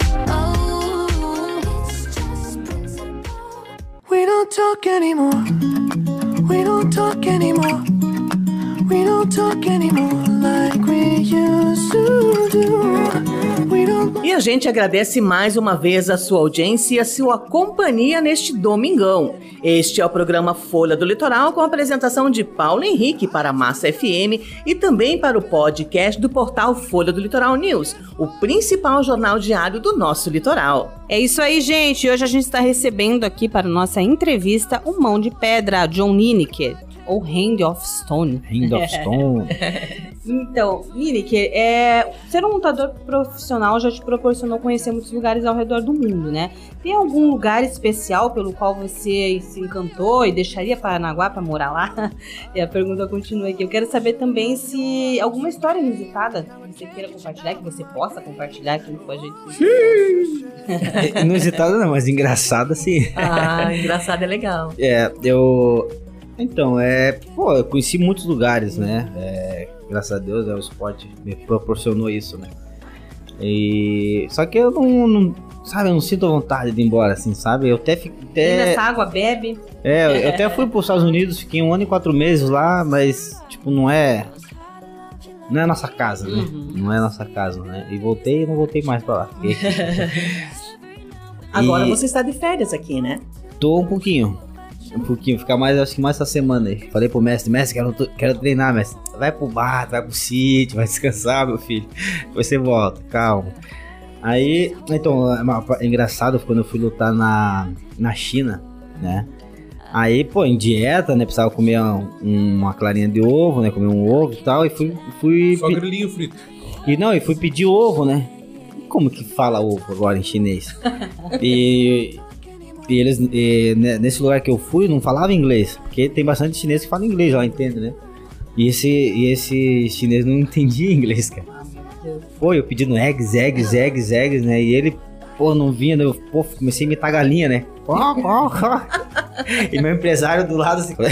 It's just principle. We don't talk anymore. We don't talk anymore. We don't talk anymore like we used to do. E a gente agradece mais uma vez a sua audiência e a sua companhia neste domingão. Este é o programa Folha do Litoral, com a apresentação de Paulo Henrique para a Massa FM e também para o podcast do portal Folha do Litoral News, o principal jornal diário do nosso litoral. É isso aí, gente. Hoje a gente está recebendo aqui para nossa entrevista o Mão de Pedra, John Lineker, ou Hand of Stone. Hand of Stone. Então, Lineker, ser um lutador profissional já te proporcionou conhecer muitos lugares ao redor do mundo, né? Tem algum lugar especial pelo qual você se encantou e deixaria Paranaguá para morar lá? E a pergunta continua aqui. Eu quero saber também se alguma história inusitada que você queira compartilhar, que você possa compartilhar aqui com a gente. Inusitada não, mas engraçada sim. Engraçada é legal. Então, eu conheci muitos lugares, né? Graças a Deus, o esporte me proporcionou isso, né? Só que eu eu não sinto vontade de ir embora, assim, sabe? Eu até fico... Essa água bebe. Eu até fui para os Estados Unidos, fiquei 1 ano e 4 meses lá, mas, tipo, não é nossa casa, né? Não é nossa casa, né? E voltei e não voltei mais para lá. Agora você está de férias aqui, né? Tô um pouquinho, ficar mais, acho que mais essa semana aí. Falei pro mestre, quero treinar, mestre. Vai pro bar, vai pro sítio, vai descansar, meu filho. Depois você volta, calma. Aí, então, é engraçado quando eu fui lutar na China, né? Aí, pô, em dieta, né? Precisava comer uma clarinha de ovo, né? Comer um ovo e tal. E fui só grilinho frito. E fui pedir ovo, né? Como que fala ovo agora em chinês? E eles, nesse lugar que eu fui, não falava inglês. Porque tem bastante chinês que fala inglês, já entende, né? E esse chinês não entendia inglês, cara. Pô, eu pedindo eggs, né? E ele, pô, não vinha, né? Eu, comecei a imitar galinha, né? E meu empresário do lado assim,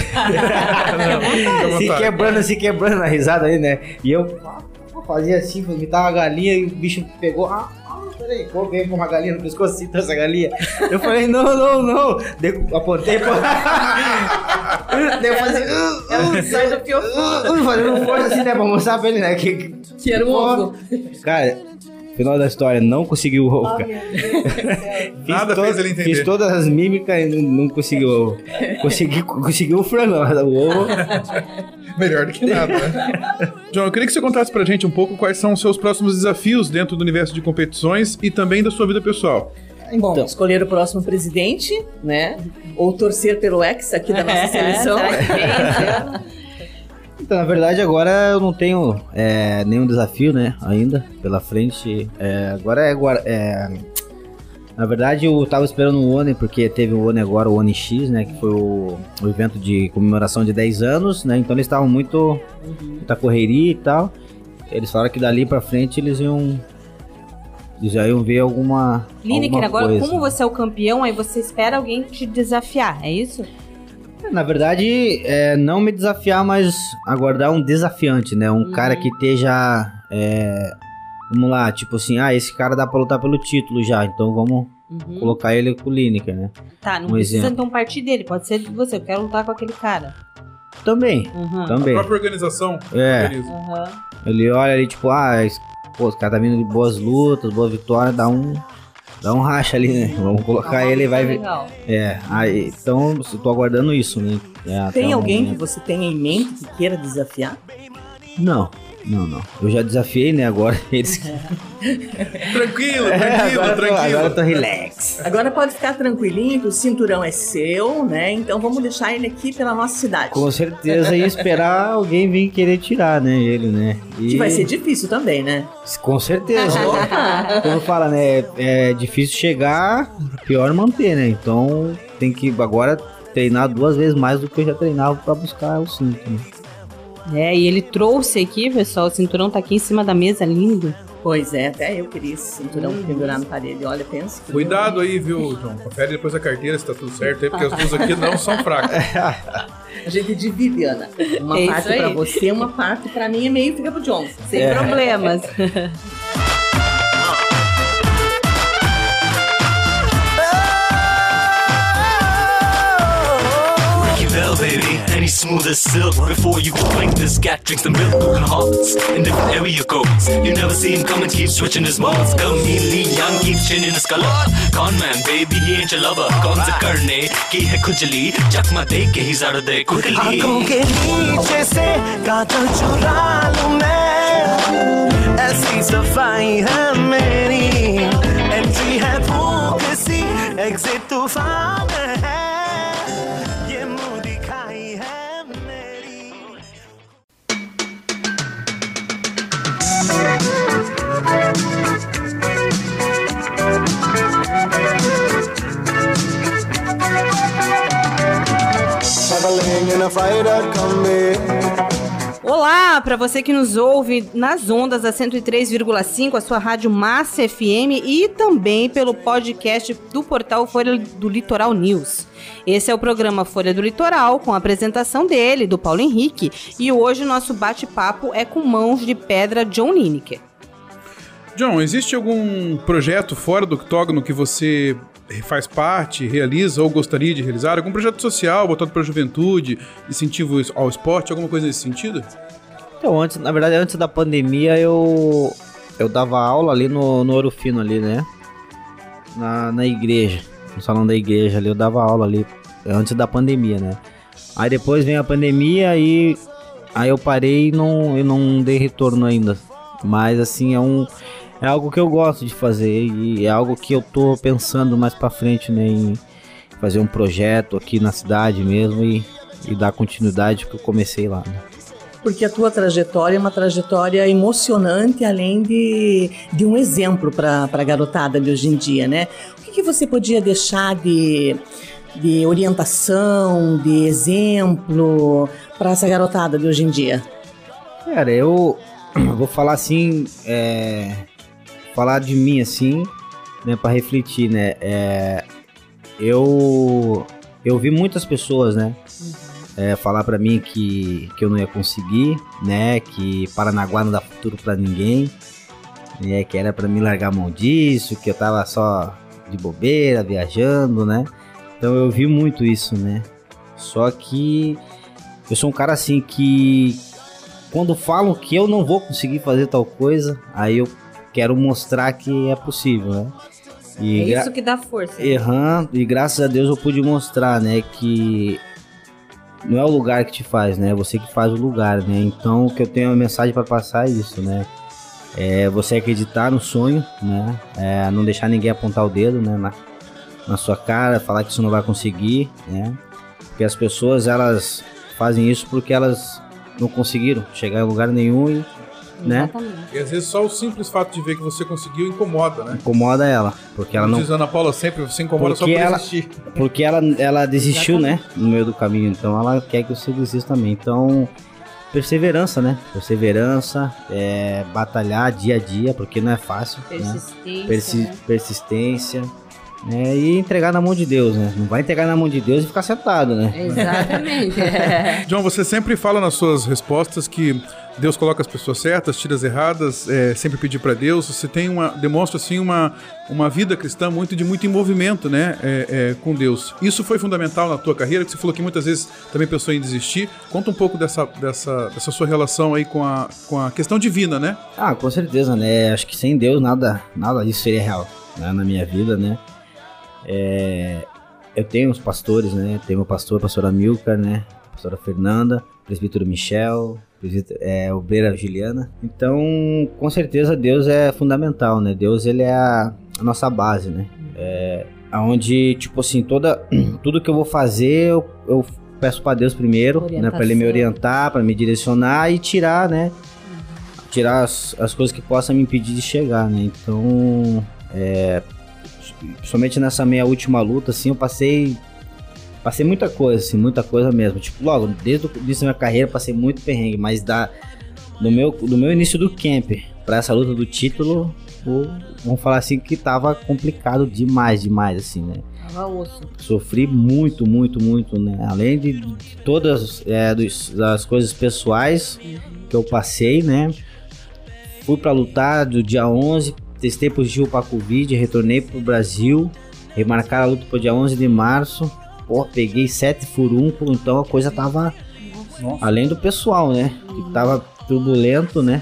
se quebrando na risada aí, né? E eu fazia assim, imitava a galinha e o bicho pegou. Peraí, veio com uma galinha no pescoço, assim, trouxe a galinha. Eu falei, não. Apontei, pô. Daí eu fazia. Sai do pior. Fazendo força assim, né? Pra mostrar pra ele, né? Que era um ovo. Cara, final da história, não consegui o ovo, cara. Nada fez ele entender. Fiz todas as mímicas e não consegui o ovo. Consegui o frango, mas o ovo. Melhor do que nada, né? John, eu queria que você contasse pra gente um pouco quais são os seus próximos desafios dentro do universo de competições e também da sua vida pessoal. Bom, escolher o próximo presidente, né? Ou torcer pelo ex aqui da nossa seleção. Então, na verdade, agora eu não tenho nenhum desafio, né? Ainda pela frente. Agora Na verdade, eu tava esperando o ONI, porque teve o ONI agora, o ONI X, né? Que foi o evento de comemoração de 10 anos, né? Então eles estavam muita correria e tal. Eles falaram que dali pra frente eles já iam ver alguma Lineker, agora coisa. como você é o campeão, aí você espera alguém te desafiar, é isso? Na verdade, não me desafiar, mas aguardar um desafiante, né? Um cara que esteja... vamos lá, tipo assim, esse cara dá pra lutar pelo título já, então vamos colocar ele com o Lineker, né? Tá, não precisa então partir dele, pode ser de você, eu quero lutar com aquele cara. Também. A própria organização. Ele olha ali, tipo, os caras tá vindo de boas lutas, boa vitória, dá um racha ali, né? Vamos colocar ele e vai ver. Então, eu tô aguardando isso, né? Tem alguém que você tenha em mente que queira desafiar? Não. Eu já desafiei, né? Agora eles... Tranquilo. Agora eu tô relax. Agora pode ficar tranquilinho, que o cinturão é seu, né? Então vamos deixar ele aqui pela nossa cidade. Com certeza, ia esperar alguém vir querer tirar, né? Ele, né? Que vai ser difícil também, né? Com certeza. Como fala, né? É difícil chegar, pior manter, né? Então tem que agora treinar 2 vezes mais do que eu já treinava pra buscar o cinto, né? E ele trouxe aqui, pessoal, o cinturão tá aqui em cima da mesa, lindo. Pois é, até eu queria esse cinturão pendurar na parede. Olha, pensa. Cuidado aí, viu, João? Confere depois a carteira se tá tudo certo aí, porque as duas aqui não são fracas. A gente divide, Ana. Uma parte pra você, uma parte pra mim, e meio fica pro John. Sem problemas. Baby, and he's smooth as silk. Before you can blink, this cat drinks the milk. Broken hearts in different area codes. You never see him come and keep switching his modes. Chameleon young keeps changing his color. Con man, baby, he ain't your lover. Kaun se karne ki hai khujli? Chakma de ke he's out of there quickly. आँखों के नीचे से काजल चुरा लूं मैं, ऐसी सफाई है मेरी. एंट्री है भूख सी, एग्जिट तूफान है. Olá, para você que nos ouve nas ondas da 103,5, a sua rádio Massa FM e também pelo podcast do portal Folha do Litoral News. Esse é o programa Folha do Litoral, com a apresentação dele, do Paulo Henrique, e hoje o nosso bate-papo é com Mãos de Pedra, John Lineker. John, existe algum projeto fora do octógono que você faz parte, realiza ou gostaria de realizar? Algum projeto social voltado para a juventude, incentivo ao esporte, alguma coisa nesse sentido? Então, antes da pandemia, eu dava aula ali no Ouro Fino ali, né? Na igreja, no salão da igreja ali, eu dava aula ali, antes da pandemia, né? Aí depois vem a pandemia e aí eu parei e não dei retorno ainda. Mas assim, é algo que eu gosto de fazer e é algo que eu tô pensando mais pra frente, né, em fazer um projeto aqui na cidade mesmo e dar continuidade que eu comecei lá, né? Porque a tua trajetória é uma trajetória emocionante, além de um exemplo para a garotada de hoje em dia, né? O que você podia deixar de orientação, de exemplo para essa garotada de hoje em dia? Cara, eu vou falar assim, falar de mim assim, né, para refletir, né? Eu vi muitas pessoas, né, falar para mim que eu não ia conseguir, né, que Paranaguá não dá futuro para ninguém, né, que era para mim largar a mão disso, que eu tava só de bobeira, viajando, né? Então eu vi muito isso, né? Só que eu sou um cara assim que quando falam que eu não vou conseguir fazer tal coisa, aí eu quero mostrar que é possível, né? E isso que dá força. E graças a Deus eu pude mostrar, né, que não é o lugar que te faz, né? É você que faz o lugar, né? Então o que eu tenho uma mensagem para passar é isso, né? É você acreditar no sonho, né? Não deixar ninguém apontar o dedo, né, na sua cara, falar que você não vai conseguir, né? Porque as pessoas, elas fazem isso porque elas não conseguiram chegar em lugar nenhum né? E às vezes só o simples fato de ver que você conseguiu incomoda, né? Incomoda ela, porque ela não... Diz a Ana Paula sempre, você incomoda só por existir. Porque ela desistiu, né? No meio do caminho, então ela quer que você desista também. Então, perseverança, né? Perseverança, batalhar dia a dia, porque não é fácil. Persistência. Persistência. E entregar na mão de Deus, né? Não vai entregar na mão de Deus e ficar sentado, né? Exatamente. John, você sempre fala nas suas respostas que Deus coloca as pessoas certas, tira as erradas, sempre pedir para Deus. Você tem demonstra assim uma vida cristã muito em movimento, né? Com Deus. Isso foi fundamental na tua carreira, que você falou que muitas vezes também pensou em desistir. Conta um pouco dessa sua relação aí com a questão divina, né? Ah, com certeza, né? Acho que sem Deus nada disso seria real, né? Na minha vida, né? Eu tenho os pastores, né? Tenho o pastor, a pastora Milka, né? A pastora Fernanda, o presbítero Michel, a obreira Juliana. Então, com certeza, Deus é fundamental, né? Deus, ele é a nossa base, né? Onde, tipo assim, tudo que eu vou fazer, eu peço para Deus primeiro, né? Para ele me orientar, para me direcionar e tirar, né? Tirar as coisas que possam me impedir de chegar, né? Então, principalmente nessa minha última luta, assim, eu passei muita coisa, assim, muita coisa mesmo. Tipo, logo, desde o início da minha carreira, passei muito perrengue, mas do meu início do camp pra essa luta do título, vamos falar assim, que tava complicado demais, assim, né? Tava osso. Sofri muito, né? Além de todas as coisas pessoais que eu passei, né? Fui pra lutar do dia 11, testei positivo pra Covid, retornei pro Brasil, remarcaram a luta pro dia 11 de março, peguei 7 furúnculos, então a coisa tava além do pessoal, né? Que tava turbulento, né?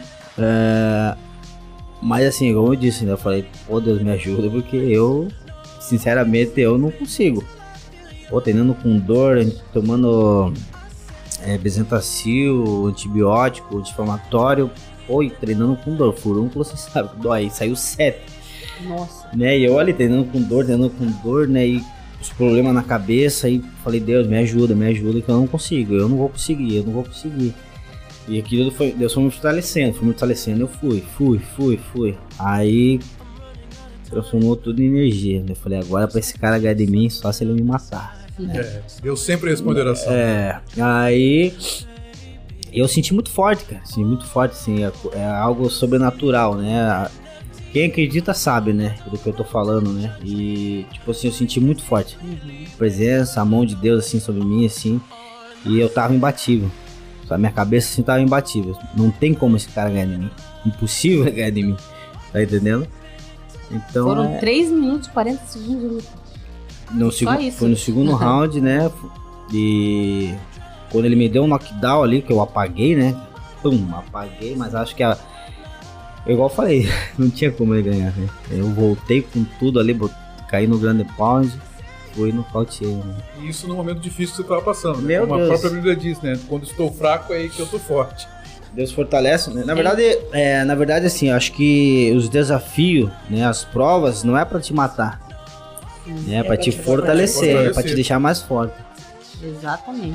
Mas assim, como eu disse, né? Eu falei, Deus me ajuda, porque eu, sinceramente, eu não consigo. Treinando com dor, tomando Bezetacil, antibiótico, anti-inflamatório, e treinando com dor, furúnculo, você sabe, dói, saiu 7. Nossa. Né, e eu ali treinando com dor, né, e os problemas na cabeça, e falei, Deus, me ajuda, que eu não consigo, eu não vou conseguir. E aquilo Deus foi me fortalecendo, eu fui. Aí, transformou tudo em energia, eu falei, agora pra esse cara ganhar de mim, só se ele me matar. Deus sempre responde oração. Aí... eu senti muito forte, cara, assim, é algo sobrenatural, né? Quem acredita sabe, né, do que eu tô falando, né? E, tipo assim, eu senti muito forte. A presença, a mão de Deus, assim, sobre mim, assim, e eu tava imbatível. A minha cabeça, assim, tava imbatível. Não tem como esse cara ganhar de mim. Impossível ganhar de mim. Tá entendendo? Então, foram 3 minutos e 40 segundos de luta. Foi no segundo round, né? E... quando ele me deu um knockdown ali, que eu apaguei, né? Apaguei, mas acho que igual eu falei, não tinha como ele ganhar, né? Eu voltei com tudo ali, caí no grande pound, fui e nocauteei, né? E isso no momento difícil que você tava passando, né? Meu Como Deus. a própria Bíblia diz, né? Quando estou fraco é aí que eu tô forte. Deus fortalece, né? Na verdade, assim, acho que os desafios, né? As provas, não é pra te matar. É pra te fortalecer, é pra te deixar mais forte. Exatamente.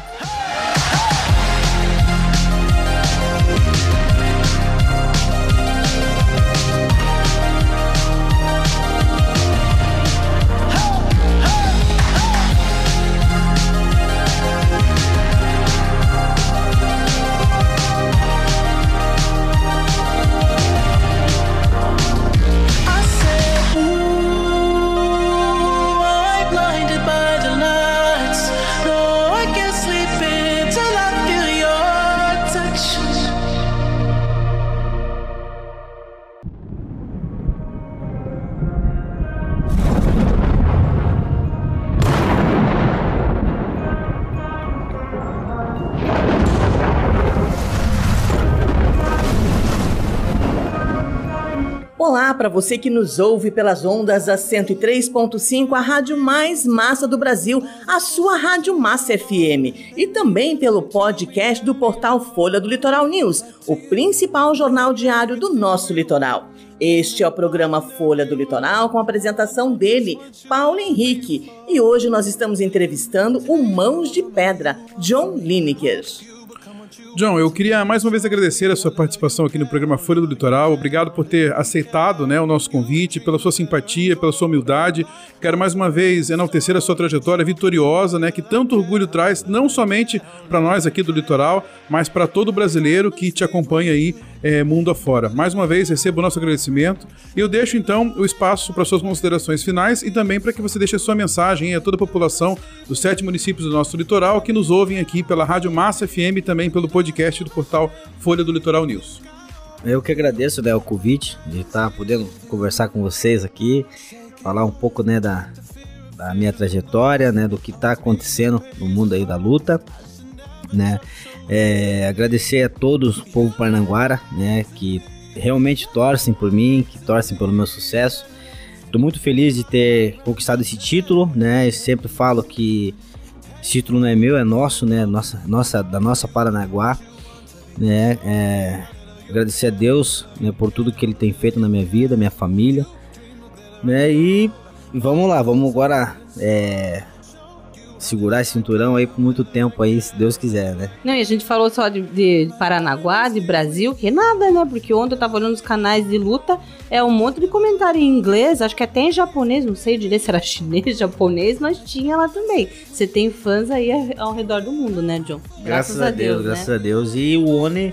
Olá para você que nos ouve pelas ondas da 103.5, a rádio mais massa do Brasil, a sua Rádio Massa FM, e também pelo podcast do portal Folha do Litoral News, o principal jornal diário do nosso litoral. Este é o programa Folha do Litoral, com a apresentação dele, Paulo Henrique, e hoje nós estamos entrevistando o Mãos de Pedra, John Lineker. John, eu queria mais uma vez agradecer a sua participação aqui no programa Folha do Litoral. Obrigado por ter aceitado, né, o nosso convite, pela sua simpatia, pela sua humildade. Quero mais uma vez enaltecer a sua trajetória vitoriosa, né, que tanto orgulho traz, não somente para nós aqui do Litoral, mas para todo brasileiro que te acompanha aí mundo afora. Mais uma vez, recebo o nosso agradecimento e eu deixo então o espaço para suas considerações finais e também para que você deixe a sua mensagem a toda a população dos 7 municípios do nosso litoral que nos ouvem aqui pela Rádio Massa FM e também pelo podcast do portal Folha do Litoral News. Eu que agradeço, né, o convite de estar podendo conversar com vocês aqui, falar um pouco, né, da minha trajetória, né, do que está acontecendo no mundo aí da luta, né. Agradecer a todos, o povo paranaguara, né, que realmente torcem por mim, que torcem pelo meu sucesso. Estou muito feliz de ter conquistado esse título, né. Eu sempre falo que esse título não é meu, é nosso, né, da nossa Paranaguá, né. Agradecer a Deus, né, por tudo que Ele tem feito na minha vida, minha família, né. E vamos lá, vamos agora segurar esse cinturão aí por muito tempo aí, se Deus quiser, né? Não, e a gente falou só de Paranaguá, de Brasil, que nada, né? Porque ontem eu tava olhando os canais de luta, um monte de comentário em inglês, acho que até em japonês, não sei direito se era chinês, japonês, mas tinha lá também. Você tem fãs aí ao redor do mundo, né, John? Graças a Deus, né? Graças a Deus. E o ONI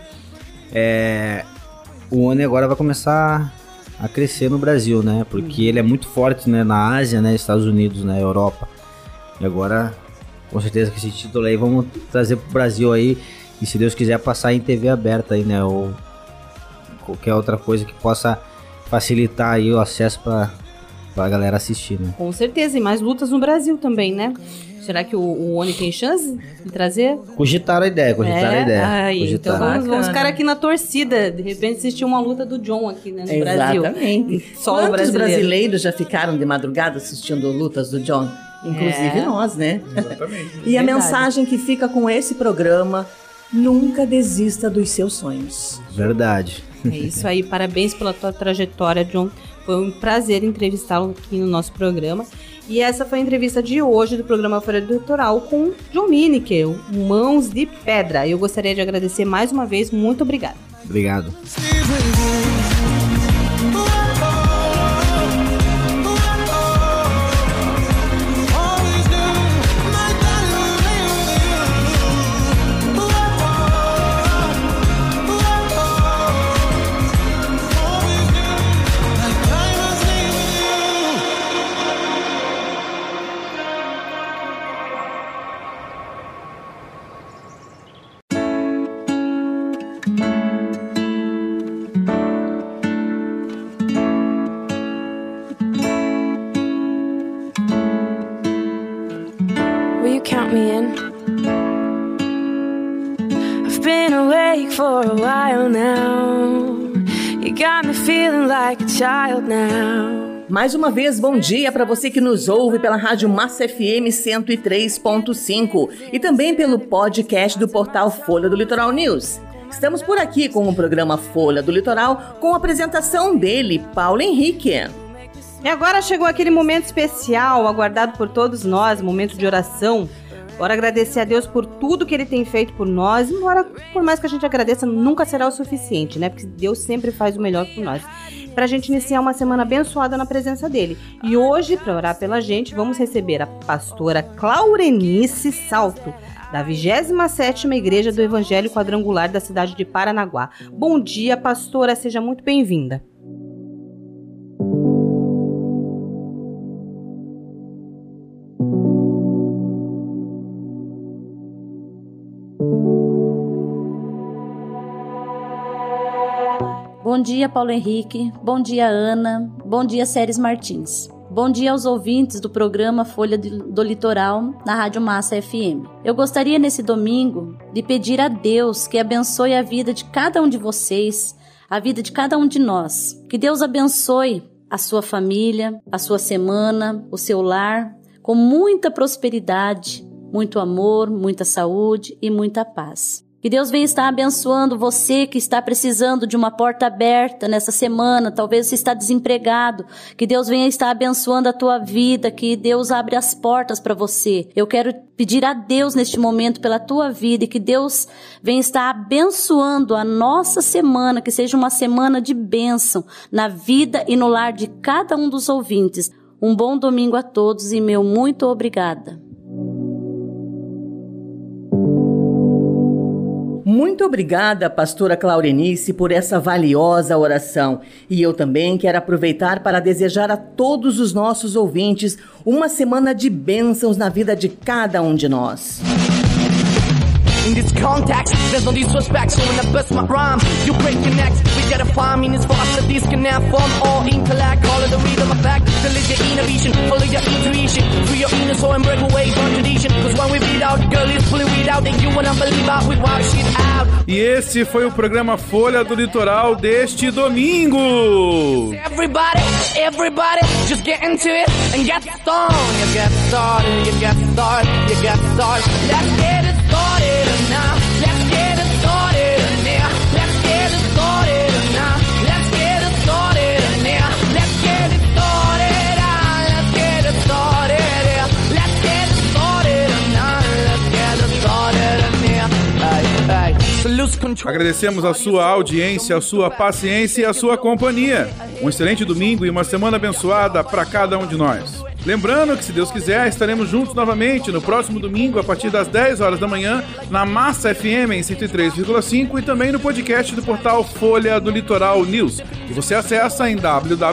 agora vai começar a crescer no Brasil, né? Porque ele é muito forte, né, na Ásia, né, Estados Unidos, né, Europa. E agora, com certeza que esse título aí vamos trazer pro Brasil aí. E se Deus quiser passar em TV aberta aí, né? Ou qualquer outra coisa que possa facilitar aí o acesso pra galera assistir, né? Com certeza, e mais lutas no Brasil também, né? Será que o ONI tem chance de trazer? Cogitaram a ideia. Aí, então vamos ficar aqui na torcida. De repente assistir uma luta do John aqui, né, no Brasil. Exatamente. Quantos brasileiros já ficaram de madrugada assistindo lutas do John? Inclusive nós, né? Exatamente. E a mensagem que fica com esse programa: nunca desista dos seus sonhos. Verdade. É isso aí, parabéns pela tua trajetória, John. Foi um prazer entrevistá-lo aqui no nosso programa. E essa foi a entrevista de hoje do programa Folha do Litoral com John Lineker, Mãos de Pedra. Eu gostaria de agradecer mais uma vez, muito obrigada. Obrigado. Count me in. I've been awake for a while now. You got me feeling like a child now. Mais uma vez, bom dia para você que nos ouve pela Rádio Massa FM 103.5 e também pelo podcast do portal Folha do Litoral News. Estamos por aqui com o programa Folha do Litoral com a apresentação dele, Paulo Henrique. E agora chegou aquele momento especial, aguardado por todos nós, momento de oração. Bora agradecer a Deus por tudo que Ele tem feito por nós, embora por mais que a gente agradeça, nunca será o suficiente, né? Porque Deus sempre faz o melhor por nós. Pra gente iniciar uma semana abençoada na presença dEle. E hoje, para orar pela gente, vamos receber a pastora Claurenice Salto, da 27ª Igreja do Evangelho Quadrangular da cidade de Paranaguá. Bom dia, pastora, seja muito bem-vinda. Bom dia, Paulo Henrique. Bom dia, Ana. Bom dia, Séries Martins. Bom dia aos ouvintes do programa Folha do Litoral na Rádio Massa FM. Eu gostaria nesse domingo de pedir a Deus que abençoe a vida de cada um de vocês, a vida de cada um de nós. Que Deus abençoe a sua família, a sua semana, o seu lar, com muita prosperidade, muito amor, muita saúde e muita paz. Que Deus venha estar abençoando você que está precisando de uma porta aberta nessa semana. Talvez você está desempregado. Que Deus venha estar abençoando a tua vida. Que Deus abra as portas para você. Eu quero pedir a Deus neste momento pela tua vida. E que Deus venha estar abençoando a nossa semana. Que seja uma semana de bênção na vida e no lar de cada um dos ouvintes. Um bom domingo a todos e meu muito obrigada. Muito obrigada, pastora Claurenice, por essa valiosa oração. E eu também quero aproveitar para desejar a todos os nossos ouvintes uma semana de bênçãos na vida de cada um de nós. In this context, there's no disrespect, so when I bust my rhyme, you break your necks. We gotta find meanings for us to disconnect from all intellect. All of the rhythm effect, delete your innovation, follow your intuition, free your inner soul and break away from tradition. Cause when we beat out, the girl is pulling weed out, and you wanna believe out, we wash it out. E esse foi o programa Folha do Litoral deste domingo. Everybody, just get into it and get stoned. You get started, you get started, you get started. Let's get it started now. Let's get it started now. Let's get it started now. Let's get it started now. Let's get it started. Let's get it started. Let's get it started now. Let's get it started now. Hey. Agradecemos a sua audiência, a sua paciência e a sua companhia. Um excelente domingo e uma semana abençoada para cada um de nós. Lembrando que, se Deus quiser, estaremos juntos novamente no próximo domingo a partir das 10 horas da manhã na Massa FM em 103,5 e também no podcast do portal Folha do Litoral News, que você acessa em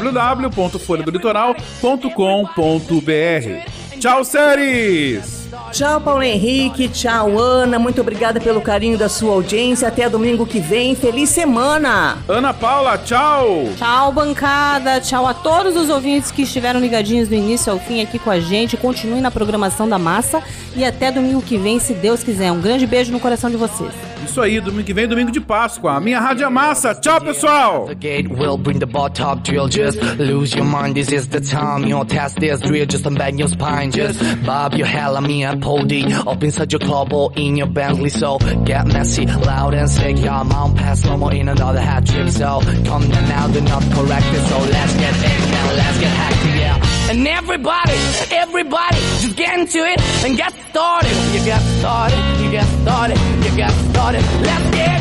www.folhadolitoral.com.br. Tchau, séries! Tchau, Paulo Henrique. Tchau, Ana. Muito obrigada pelo carinho da sua audiência. Até domingo que vem. Feliz semana. Ana Paula, tchau. Tchau, bancada. Tchau a todos os ouvintes que estiveram ligadinhos do início ao fim aqui com a gente. Continuem na programação da Massa. E até domingo que vem, se Deus quiser. Um grande beijo no coração de vocês. Isso aí, domingo que vem, domingo de Páscoa. A minha rádio é Massa. Tchau, pessoal. The gate will bring the ball top drill. Just lose your mind. This is the time. Your test this drill. Just unbang your spine. Just bob your hell on me and Pody. Up inside your club or in your Bentley. So get messy, loud and sick. Your mom pass no more in another hat trick. So come down now, do not correct it. So let's get in now. Let's get hacked, yeah. And everybody, just get into it and get started. You get started, you get started, you get started. Let's get